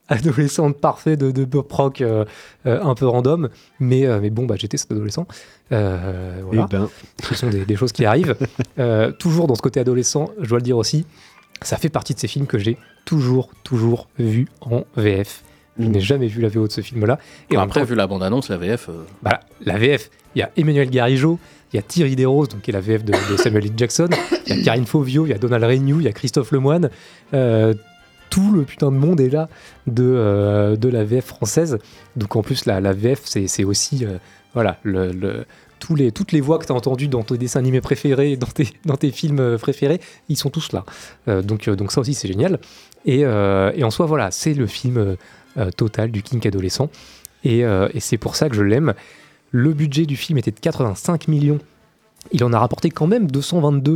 adolescente parfait de, de pop rock euh, euh, un peu random, mais, euh, mais bon, bah, j'étais cet adolescent. Euh, voilà. Eh ben. Ce sont des, des choses qui arrivent. Euh, toujours dans ce côté adolescent, je dois le dire aussi, ça fait partie de ces films que j'ai toujours, toujours vu en V F. Je n'ai jamais vu la V O de ce film-là. Et après, vu la bande-annonce, la V F... Euh... Bah, la V F, il y a Emmanuel Garigeau, il y a Thierry Desroses, donc, qui est la V F de, de Samuel L. Jackson, il y a Karine Fauvio, il y a Donald Renew, il y a Christophe Lemoine. Euh, tout le putain de monde est là de, euh, de la V F française. Donc en plus, la, la V F, c'est, c'est aussi... Euh, voilà, le... le Tous les, toutes les voix que tu as entendues dans tes dessins animés préférés, dans tes, dans tes films préférés, ils sont tous là. Euh, donc, euh, donc ça aussi, c'est génial. Et, euh, et en soi, voilà, c'est le film euh, total du kink adolescent. Et, euh, et c'est pour ça que je l'aime. Le budget du film était de quatre-vingt-cinq millions. Il en a rapporté quand même deux cent vingt-deux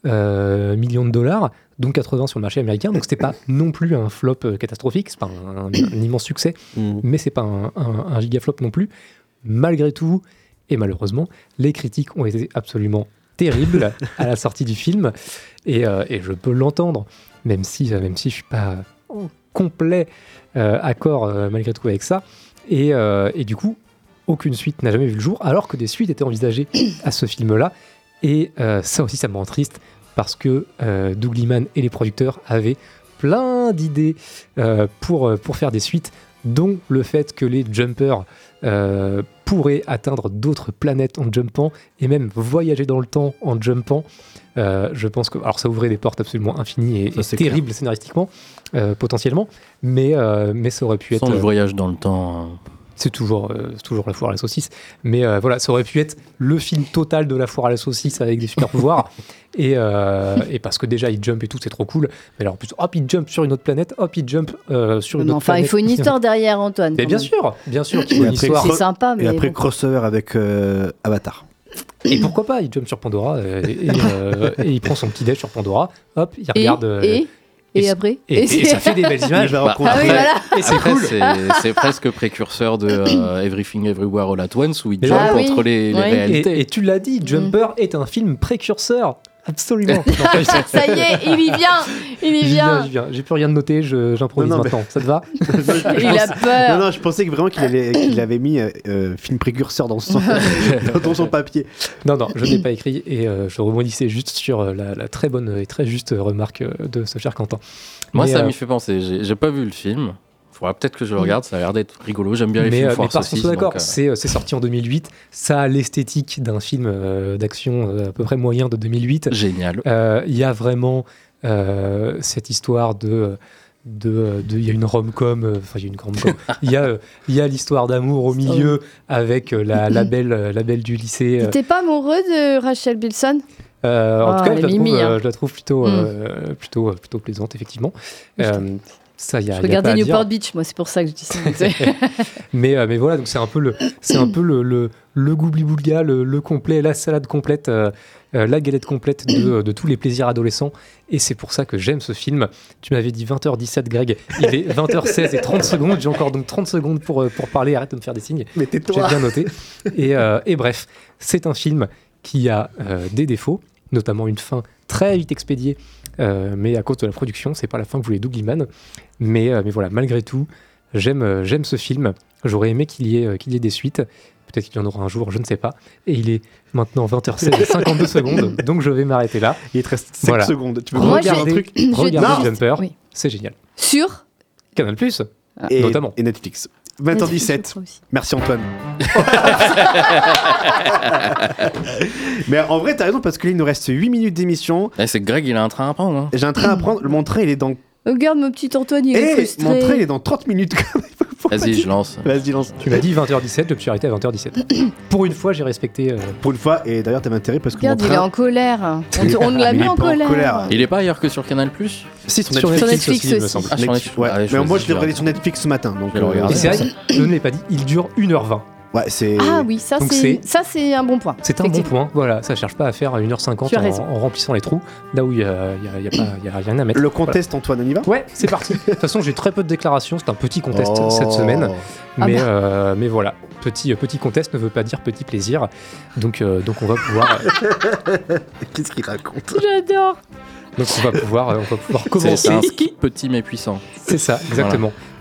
euh, millions de dollars, dont quatre-vingts sur le marché américain. Donc c'était pas non plus un flop euh, catastrophique, c'est pas un, un, un immense succès, mmh. mais c'est pas un, un, un giga flop non plus. Malgré tout, et malheureusement, les critiques ont été absolument terribles à la sortie du film. Et, euh, et je peux l'entendre, même si, même si je ne suis pas en complet euh, accord euh, malgré tout avec ça. Et, euh, et du coup, aucune suite n'a jamais vu le jour, alors que des suites étaient envisagées à ce film-là. Et euh, ça aussi, ça me rend triste, parce que euh, Doug Liman et les producteurs avaient plein d'idées euh, pour, pour faire des suites, dont le fait que les jumpers euh, pourraient atteindre d'autres planètes en jumpant et même voyager dans le temps en jumpant. Euh, je pense que alors ça ouvrait des portes absolument infinies et, et terribles clair. Scénaristiquement, euh, potentiellement, mais, euh, mais ça aurait pu Sans être... le voyage dans le temps... C'est toujours, euh, c'est toujours la foire à la saucisse. Mais euh, voilà, ça aurait pu être le film total de la foire à la saucisse avec des super pouvoirs. Et, euh, et parce que déjà, il jump et tout, c'est trop cool. Mais alors en plus, hop, il jump sur une autre planète, hop, il jump euh, sur une non, autre enfin, planète. il faut une histoire derrière, Antoine. Mais bien même. sûr, bien sûr qu'il faut Et une après, histoire. C'est sympa, mais Et après, bon. crossover avec euh, Avatar. Et pourquoi pas, il jump sur Pandora euh, et, et, euh, et il prend son petit déj sur Pandora, hop, il regarde... Et, euh, et Et, et après et, et, et ça fait des belles images. Bah, ah oui, voilà. Et c'est après, cool. C'est, c'est presque précurseur de euh, Everything Everywhere All At Once où il Ah jump oui. entre les, les Oui. réalités. Et, et tu l'as dit, Jumper mm. est un film précurseur. Absolument. Non, ça y est, il y vient. Il y j'y vient. viens, j'y viens. J'ai plus rien de noté, je, j'improvise Non, non, maintenant. mais... Ça te va? Il a peur. Non, non, je pensais que vraiment qu'il, allait, qu'il avait mis euh, film précurseur dans son, dans son papier. Non, non, je n'ai pas écrit et euh, je rebondissais juste sur la, la très bonne et très juste remarque de ce cher Quentin. Moi, mais, ça euh, m'y fait penser. J'ai, j'ai pas vu le film. Faudra peut-être que je le regarde. Ça a l'air d'être rigolo. J'aime bien les mais, films euh, foire mais parce qu'on saucisse, soit d'accord, donc, euh... c'est, c'est sorti en deux mille huit. Ça a l'esthétique d'un film euh, d'action euh, à peu près moyen de deux mille huit. Génial. Il euh, y a vraiment euh, cette histoire de... de il y a une rom-com, enfin il y a une rom-com. Il y a euh, il y a l'histoire d'amour au milieu avec euh, la, la belle la belle du lycée. Euh. T'es pas amoureux de Rachel Bilson? Euh, en oh, tout cas, je la, Mimi, trouve, hein. euh, je la trouve plutôt, mm. euh, plutôt, plutôt plaisante, effectivement. Euh, ça, y a, je y a regardais pas à Newport dire. Beach, moi, c'est pour ça que je dis ça. mais, euh, mais voilà, donc c'est un peu le, c'est un peu le, le, le goubli-boulga, le, le complet, la salade complète, euh, euh, la galette complète de, de tous les plaisirs adolescents. Et c'est pour ça que j'aime ce film. Tu m'avais dit vingt heures dix-sept, Greg. Il est vingt heures seize et trente secondes. J'ai encore donc trente secondes pour, pour parler. Arrête de me faire des signes. Mais tais-toi. J'ai bien noté. Et, euh, et bref, c'est un film qui a euh, des défauts, notamment une fin très vite expédiée, euh, mais à cause de la production, c'est pas la fin que voulait Doug Liman. Mais, euh, mais voilà, malgré tout, j'aime, euh, j'aime ce film. J'aurais aimé qu'il y ait, euh, qu'il y ait des suites. Peut-être qu'il y en aura un jour, je ne sais pas. Et il est maintenant vingt heures seize et cinquantedeux secondes, donc je vais m'arrêter là. Il te reste cinq voilà. secondes. Tu peux Moi, regarder j'ai- un truc je Regardez dis- Jumper, Oui. c'est génial. Sur Canal plus, et, notamment. et Netflix. vingt heures dix-sept. Merci Antoine. Mais en vrai, t'as raison parce que là, il nous reste huit minutes d'émission. Eh, c'est que Greg, il a un train à prendre. Hein. J'ai un train à prendre. Mon train, il est dans. Regarde mon petit Antoine, il est Eh, frustré. mon train, il est dans trente minutes. Vas-y, je lance. Vas-y, lance. Tu m'as dit vingt heures dix-sept, je me suis arrêté à vingt heures dix-sept. Pour une fois, j'ai respecté. euh, Pour une fois, et d'ailleurs, t'avais intérêt parce que Regarde, mon il est train. en colère. On, on l'a Mais mis il est en pas en colère. colère. Il est pas ailleurs que sur Canal plus? Si, sur Sur Netflix. Netflix aussi, il me aussi. semble. Ah, sur Netflix, Netflix. ouais. Allez, je Mais vais- moi, je je l'ai vais regardé sur Netflix ce matin. Donc, Je vais le euh, regarder. Et c'est vrai, je ne l'ai pas dit, il dure une heure vingt. Ouais, c'est. Ah oui, ça Donc c'est, c'est- ça c'est un bon point. C'est un bon Effectivement. point, voilà, ça cherche pas à faire une heure cinquante Tu as en, raison. en remplissant les trous, là où il n'y a, il y a- il y a pas- il y a rien à mettre. Le contest, Antoine, on y va? Ouais, c'est parti. De toute façon, j'ai très peu de déclarations, c'est un petit contest Oh. cette semaine. Ah Mais, bah. euh, mais voilà, petit, petit contest ne veut pas dire petit plaisir. Donc, euh, donc on va pouvoir, Qu'est-ce qu'il raconte? J'adore. donc on va pouvoir, on va pouvoir C'est, commencer. c'est un ski petit mais puissant. C'est ça, exactement.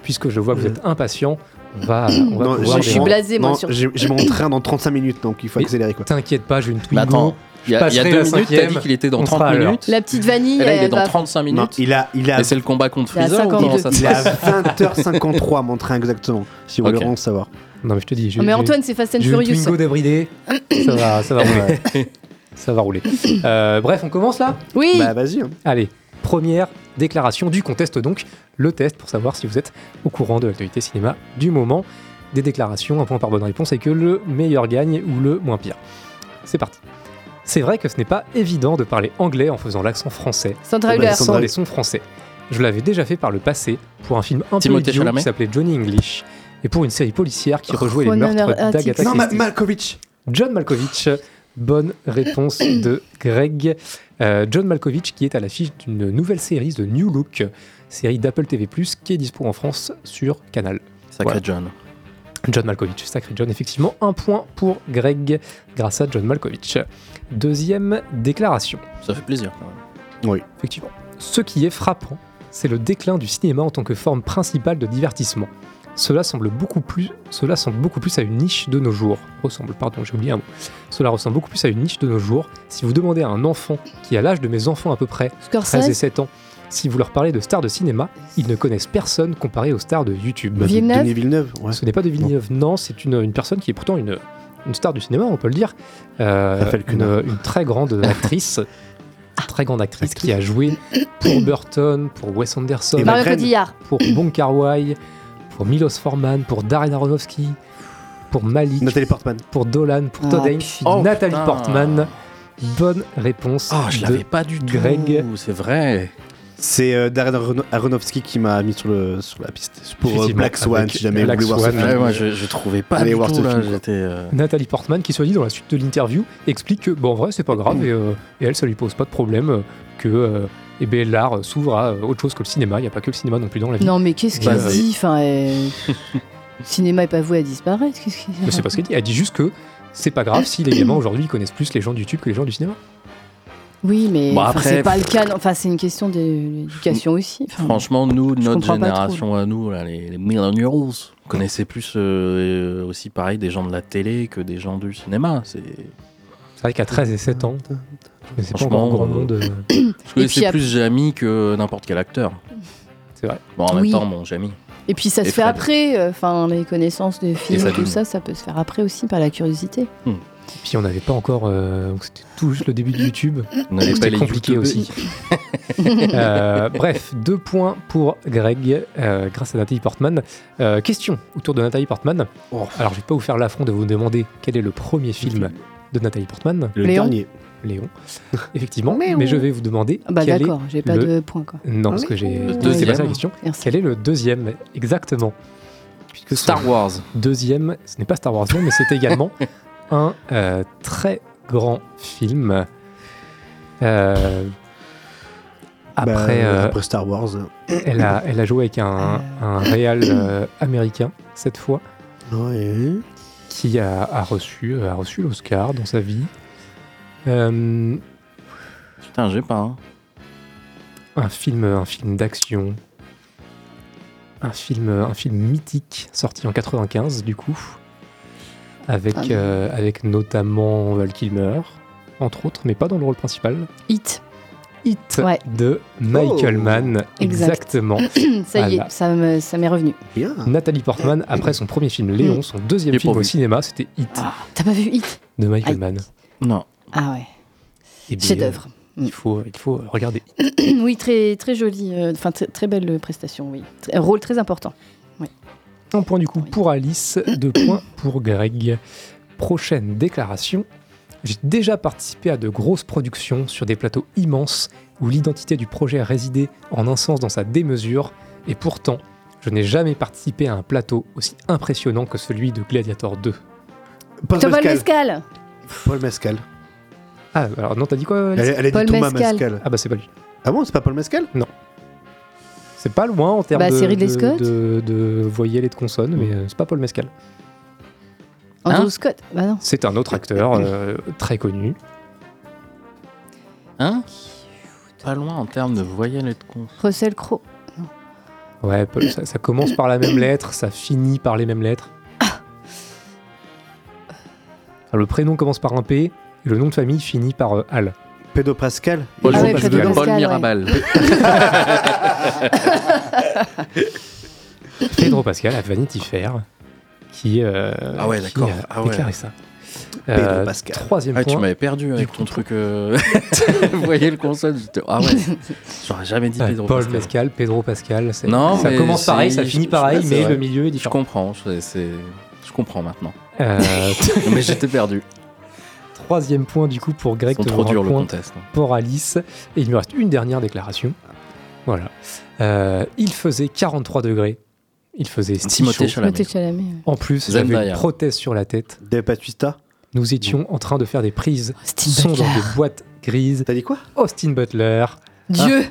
puisque je vois que vous êtes impatient, on va, on va Non, pouvoir j'ai- Je suis démarrer. blasé, moi, Non, sur. j'ai j'ai mon train dans trente-cinq minutes, donc il faut Mais accélérer quoi. T'inquiète pas, j'ai une Twingo. Mais attends, il y a, il y a passerai deux la minutes, t'as cinquième, dit qu'il était dans on trente sera à l'heure. minutes. La petite vanille, Et là, il est elle dans va- trente-cinq Non, minutes. il a, il a, Et c'est le combat contre Il est à Freezer ou comment ça se il est à passe vingt heures cinquante-trois mon train exactement, si vous Ok. voulez vraiment savoir. Non, mais je te dis, j'ai Oh, mais j'ai- Antoine, c'est Fast and j'ai une Furious. Twingo débridée. ça va, ça va rouler. ça va rouler. Euh, bref, on commence là Oui. Bah vas-y. hein. Allez, première déclaration du contest donc, le test pour savoir si vous êtes au courant de l'actualité cinéma du moment. Des déclarations, un point par bonne réponse et que le meilleur gagne ou le moins pire. C'est parti. C'est vrai que ce n'est pas évident de parler anglais en faisant l'accent français, Sandra Ouais, Hüller. Sandra- sans les sons français. Je l'avais déjà fait par le passé pour un film un Timothée peu idiot Chalamet qui s'appelait Johnny English et pour une série policière qui rejouait les Ronan meurtres Atkinson. d'Agatha Non, Ma- Christie. Malkovich. John Malkovich, bonne réponse de Greg. Euh, John Malkovich qui est à l'affiche d'une nouvelle série de New Look, série d'Apple T V plus, qui est dispo en France sur Canal. Sacré Voilà. John. John Malkovich, sacré John, effectivement, un point pour Greg grâce à John Malkovich. Deuxième déclaration, Ça fait plaisir quand même. Oui. effectivement. Ce qui est frappant, c'est le déclin du cinéma en tant que forme principale de divertissement. Cela semble beaucoup plus, cela semble beaucoup plus à une niche de nos jours. Ressemble, pardon, j'ai oublié un mot. Cela ressemble beaucoup plus à une niche de nos jours. Si vous demandez à un enfant qui a l'âge de mes enfants à peu près, treize et Scorsese. sept ans, si vous leur parlez de stars de cinéma, ils ne connaissent personne comparé aux stars de YouTube. Bah, Villeneuve. Denis Villeneuve. Ouais. Ce n'est pas de Villeneuve, non, c'est une, une personne qui est pourtant une, une star du cinéma, on peut le dire. Euh, Raphaël une, Queneau. une très grande actrice, très grande actrice qui a joué pour Burton, pour Wes Anderson, Et Mario Macron. Cotillard. pour Bong Kar-wai, pour Milos Forman, pour Darren Aronofsky, pour Malik, Nathalie Portman. pour Dolan, pour Ah, Todd Haynes, Oh, Nathalie putain. Portman. Bonne réponse Oh, je de l'avais pas du tout. Greg. C'est vrai. C'est euh, Darren Aron- Aronofsky qui m'a mis sur, le, sur la piste. Pour euh, Effectivement, Black Swan, avec si jamais Black vous voulez voir ce Swan. film. Ouais, moi, je, je trouvais pas Allez du voir tout ce là. film, quoi. J'étais. euh, Nathalie Portman qui se dit dans la suite de l'interview explique que bon en vrai c'est pas grave et, euh, et elle ça lui pose pas de problème euh, que euh, eh ben, l'art s'ouvre à euh, autre chose que le cinéma, il n'y a pas que le cinéma non plus dans la vie. Non, mais qu'est-ce qu'elle Bah, dit enfin, elle- Le cinéma est pas voué à disparaître. Qu'est-ce qu'il- Je sais pas ce qu'elle dit, elle dit juste que c'est pas grave si les gamins aujourd'hui ils connaissent plus les gens de YouTube que les gens du cinéma. Oui, mais Bon, enfin, après, c'est pas le cas. non. Enfin, c'est une question d'éducation aussi. Enfin, Franchement, nous, je notre comprends pas génération à nous, là, les, les millennials, connaissaient plus euh, aussi pareil des gens de la télé que des gens du cinéma. C'est C'est vrai qu'à treize et sept ans, je sais pas Franchement, encore grand euh, monde. euh, je Et connaissais puis, plus Jamy que n'importe quel acteur. C'est vrai. Bon, en Oui. même temps, mon Jamy. Et puis ça Et se fait Fred. après. euh, Enfin, les connaissances de films, Sabine. tout ça, ça peut se faire après aussi par la curiosité. Et puis on n'avait pas encore, euh, donc c'était tout juste le début de YouTube. On n'avait pas C'était les compliqué YouTubeurs. aussi. Euh, bref, deux points pour Greg euh, grâce à Nathalie Portman. Euh, question autour de Nathalie Portman. Oh. Alors je vais pas vous faire l'affront de vous demander quel est le premier film de Nathalie Portman. Le Léon. dernier. Léon, effectivement. Mais je vais vous demander Ah bah quel d'accord, est j'ai pas le... de point quoi. Non, parce que j'ai. Le C'est deuxième. pas ça la question. Merci. Quel est le deuxième exactement? Puisque Star son Wars. Deuxième, ce n'est pas Star Wars, non, mais c'est également un euh, très grand film. Euh, après, Bah, euh, après Star Wars. elle, a, elle a joué avec un, un réal euh, américain cette fois, Ouais. qui a, a reçu, a reçu l'Oscar dans sa vie. Euh, Putain, j'ai pas. Hein. un film, un film d'action, un film, un film mythique sorti en quatre-vingt-quinze du coup, avec, Ah, euh, avec notamment Val Kilmer, entre autres, mais pas dans le rôle principal. Hit. Hit Ouais. de Michael Oh. Mann, Exact. exactement. Ça y Voilà. est, ça me- ça m'est revenu. Bien. Nathalie Portman, après son premier film Léon, son deuxième J'ai film pas au vu. cinéma, c'était Hit T'as pas vu Hit? de Michael Aïe. Mann. Non. Ah ouais. Eh bien, Chef-d'œuvre. euh, Il faut, il faut regarder. Oui, très très joli. euh, Enfin, très, très belle prestation. Oui, Tr- un rôle très important. Un point du coup pour Alice, deux points pour Greg. Prochaine déclaration. J'ai déjà participé à de grosses productions sur des plateaux immenses où l'identité du projet résidait en un sens dans sa démesure, et pourtant, je n'ai jamais participé à un plateau aussi impressionnant que celui de Gladiator deux. Paul Thomas Mescal. Mescal. Paul Mescal. Ah, alors non, t'as dit quoi, Alice? Elle, elle a Paul dit Thomas Mescal. Mescal. Ah bah c'est pas lui. Ah bon, c'est pas Paul Mescal? C'est pas loin en termes Bah, de, c'est Ridley de, Scott. de- de voyelles et de consonnes, mais euh, c'est pas Paul Mescal. Andrew Hein Scott. Bah non. C'est un autre acteur euh, très connu. Hein? Pas loin en termes de voyelles et de cons. Russell Crowe. Ouais, ça, ça commence par la même lettre, ça finit par les mêmes lettres. Enfin, le prénom commence par un P, et le nom de famille finit par euh, Al. Pedro Pascal. Paul, Ah ouais, Paul, Pedro Paul Pascal, Mirabal. Pedro Pascal à Vanity Fair, qui, euh, Ah ouais, qui d'accord. a Ah ouais. déclaré ça. Pedro Euh, Pascal. Troisième Ah, point. tu m'avais perdu avec Du ton coup, truc. Euh... Vous voyez le console j'étais- Ah ouais. J'aurais jamais dit Ouais, Pedro Paul Pascal. Pascal, Pedro Pascal. c'est- Non, ça mais commence c'est- pareil, ça finit je- pareil, je- mais c'est le vrai. milieu est Je différent. comprends. Je, c'est... je comprends maintenant. Euh, Mais j'étais perdu. Troisième point du coup pour Greg. Ils sont te trop rend durs, le point contest. pour Alice. Et il me reste une dernière déclaration. Voilà. Euh, il faisait quarante-trois degrés. Il faisait si Timothée chaud. Chalamet. Timothée Chalamet, ouais. En plus, j'avais Zendaya. une prothèse sur la tête. Dave Bautista. Nous étions en train de faire des prises Austin son Butler. dans des boîtes grises. T'as dit quoi? Austin Butler. Dieu,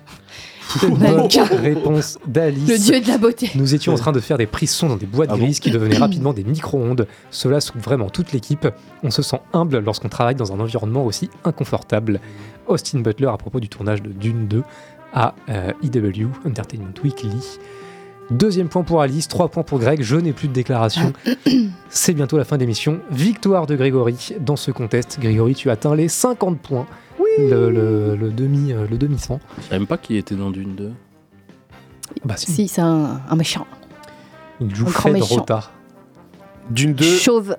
Bonne réponse d'Alice. le dieu de la beauté. Nous étions en train de faire des prises son dans des boîtes Ah bon grises qui devenaient rapidement des micro-ondes. Cela soude vraiment toute l'équipe. On se sent humble lorsqu'on travaille dans un environnement aussi inconfortable. Austin Butler à propos du tournage de Dune deux à euh, E W, Entertainment Weekly. Deuxième point pour Alice, trois points pour Greg. Je n'ai plus de déclaration. C'est bientôt la fin d'émission. Victoire de Grégory dans ce contest. Grégory, tu atteins les cinquante points. Le, le, le demi, euh, le demi-cent. Je savais même pas qui était dans Dune deux. Bah, si. Si, c'est un, un méchant. Il joue Un grand Fed méchant. Rota. Dune deux. Chauve.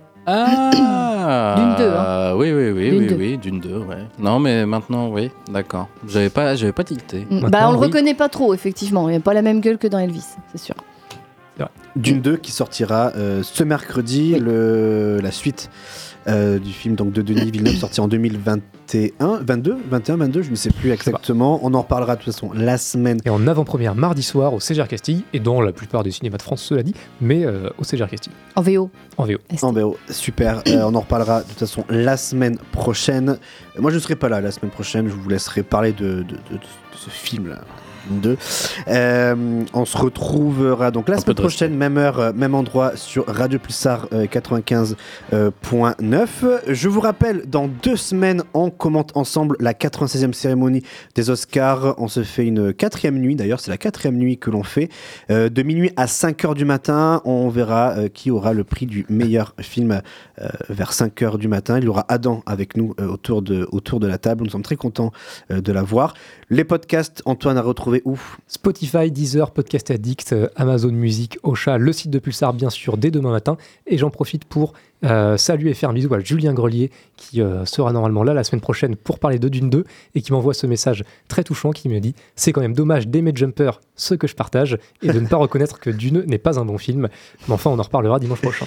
Ah Dune deux, hein. Oui, oui, oui, Dune oui, deux. oui, Dune deux, ouais. Non, mais maintenant, oui, d'accord. J'avais pas, j'avais pas tilté. Mm. Maintenant, Bah, on le oui. reconnaît pas trop, effectivement. Il n'a pas la même gueule que dans Elvis, c'est sûr. Dune deux qui sortira euh, ce mercredi, le, la suite euh, du film donc, de Denis Villeneuve sorti en deux mille vingt et un, vingt-deux, vingt et un, vingt-deux, je ne sais plus exactement. On en reparlera de toute façon la semaine. Et en avant-première mardi soir au C G R Castille, et dans la plupart des cinémas de France, cela dit, mais euh, au C G R Castille, En V O. en V O. En V O, super. Euh, on en reparlera de toute façon la semaine prochaine. Euh, moi, je ne serai pas là la semaine prochaine. Je vous laisserai parler de, de, de, de- de ce film-là. deux. Euh, on se retrouvera donc la Un semaine peu de respect. prochaine, même heure, euh, même endroit sur Radio Pulsar euh, quatre-vingt-quinze point neuf. Je vous rappelle, dans deux semaines, on commente ensemble la quatre-vingt-seizième cérémonie des Oscars. On se fait une quatrième nuit, d'ailleurs, c'est la quatrième nuit que l'on fait. Euh, de minuit à cinq heures du matin, on verra euh, qui aura le prix du meilleur film euh, vers cinq heures du matin. Il y aura Adam avec nous euh, autour, de, autour de la table. Nous sommes très contents euh, de la voir. Les podcasts, Antoine a retrouvé où ? Spotify, Deezer, Podcast Addict, euh, Amazon Music, Ocha, le site de Pulsar bien sûr dès demain matin. Et j'en profite pour euh, saluer et faire un bisou à Julien Grelier qui euh, sera normalement là la semaine prochaine pour parler de Dune deux et qui m'envoie ce message très touchant qui me dit « C'est quand même dommage d'aimer Jumper, ce que je partage, et de ne pas reconnaître que Dune n'est pas un bon film. » Mais enfin, on en reparlera dimanche prochain.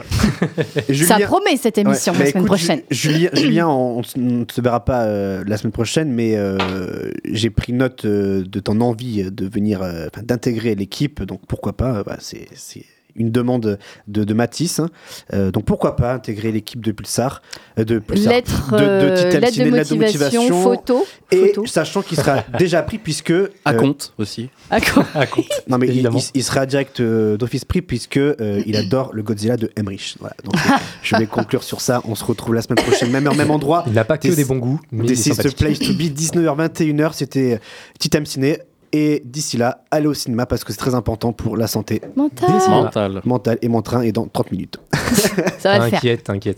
Ça promet cette émission Ouais, la bah, semaine écoute, prochaine. Ju- Julien, Julien, on ne se verra pas euh, la semaine prochaine, mais euh, j'ai pris note euh, de ton envie de venir, euh, enfin, d'intégrer l'équipe, donc pourquoi pas, euh, bah, c'est c'est une demande de, de Mathis, hein. Euh, donc pourquoi pas intégrer l'équipe de Pulsar, euh, de Pulsar, Lettre, de, de euh, Titan lettre de Ciné, motivation, photo, et photo. sachant qu'il sera déjà pris puisque À euh, compte aussi. À quoi non mais il, Évidemment. il- il sera direct euh, d'office pris puisque euh, il adore le Godzilla de Emmerich. Voilà, donc euh, je vais conclure sur ça. On se retrouve la semaine prochaine, même heure, même endroit. Il n'a pas que This- des bons goûts, mais il est This is the sympathique. place to be. dix-neuf heures vingt et une heures, c'était Titan Ciné. Et d'ici là, allez au cinéma parce que c'est très important pour la santé Mental. Mental. mentale. Et mon train est dans trente minutes. Ça va le faire. T'inquiète, t'inquiète.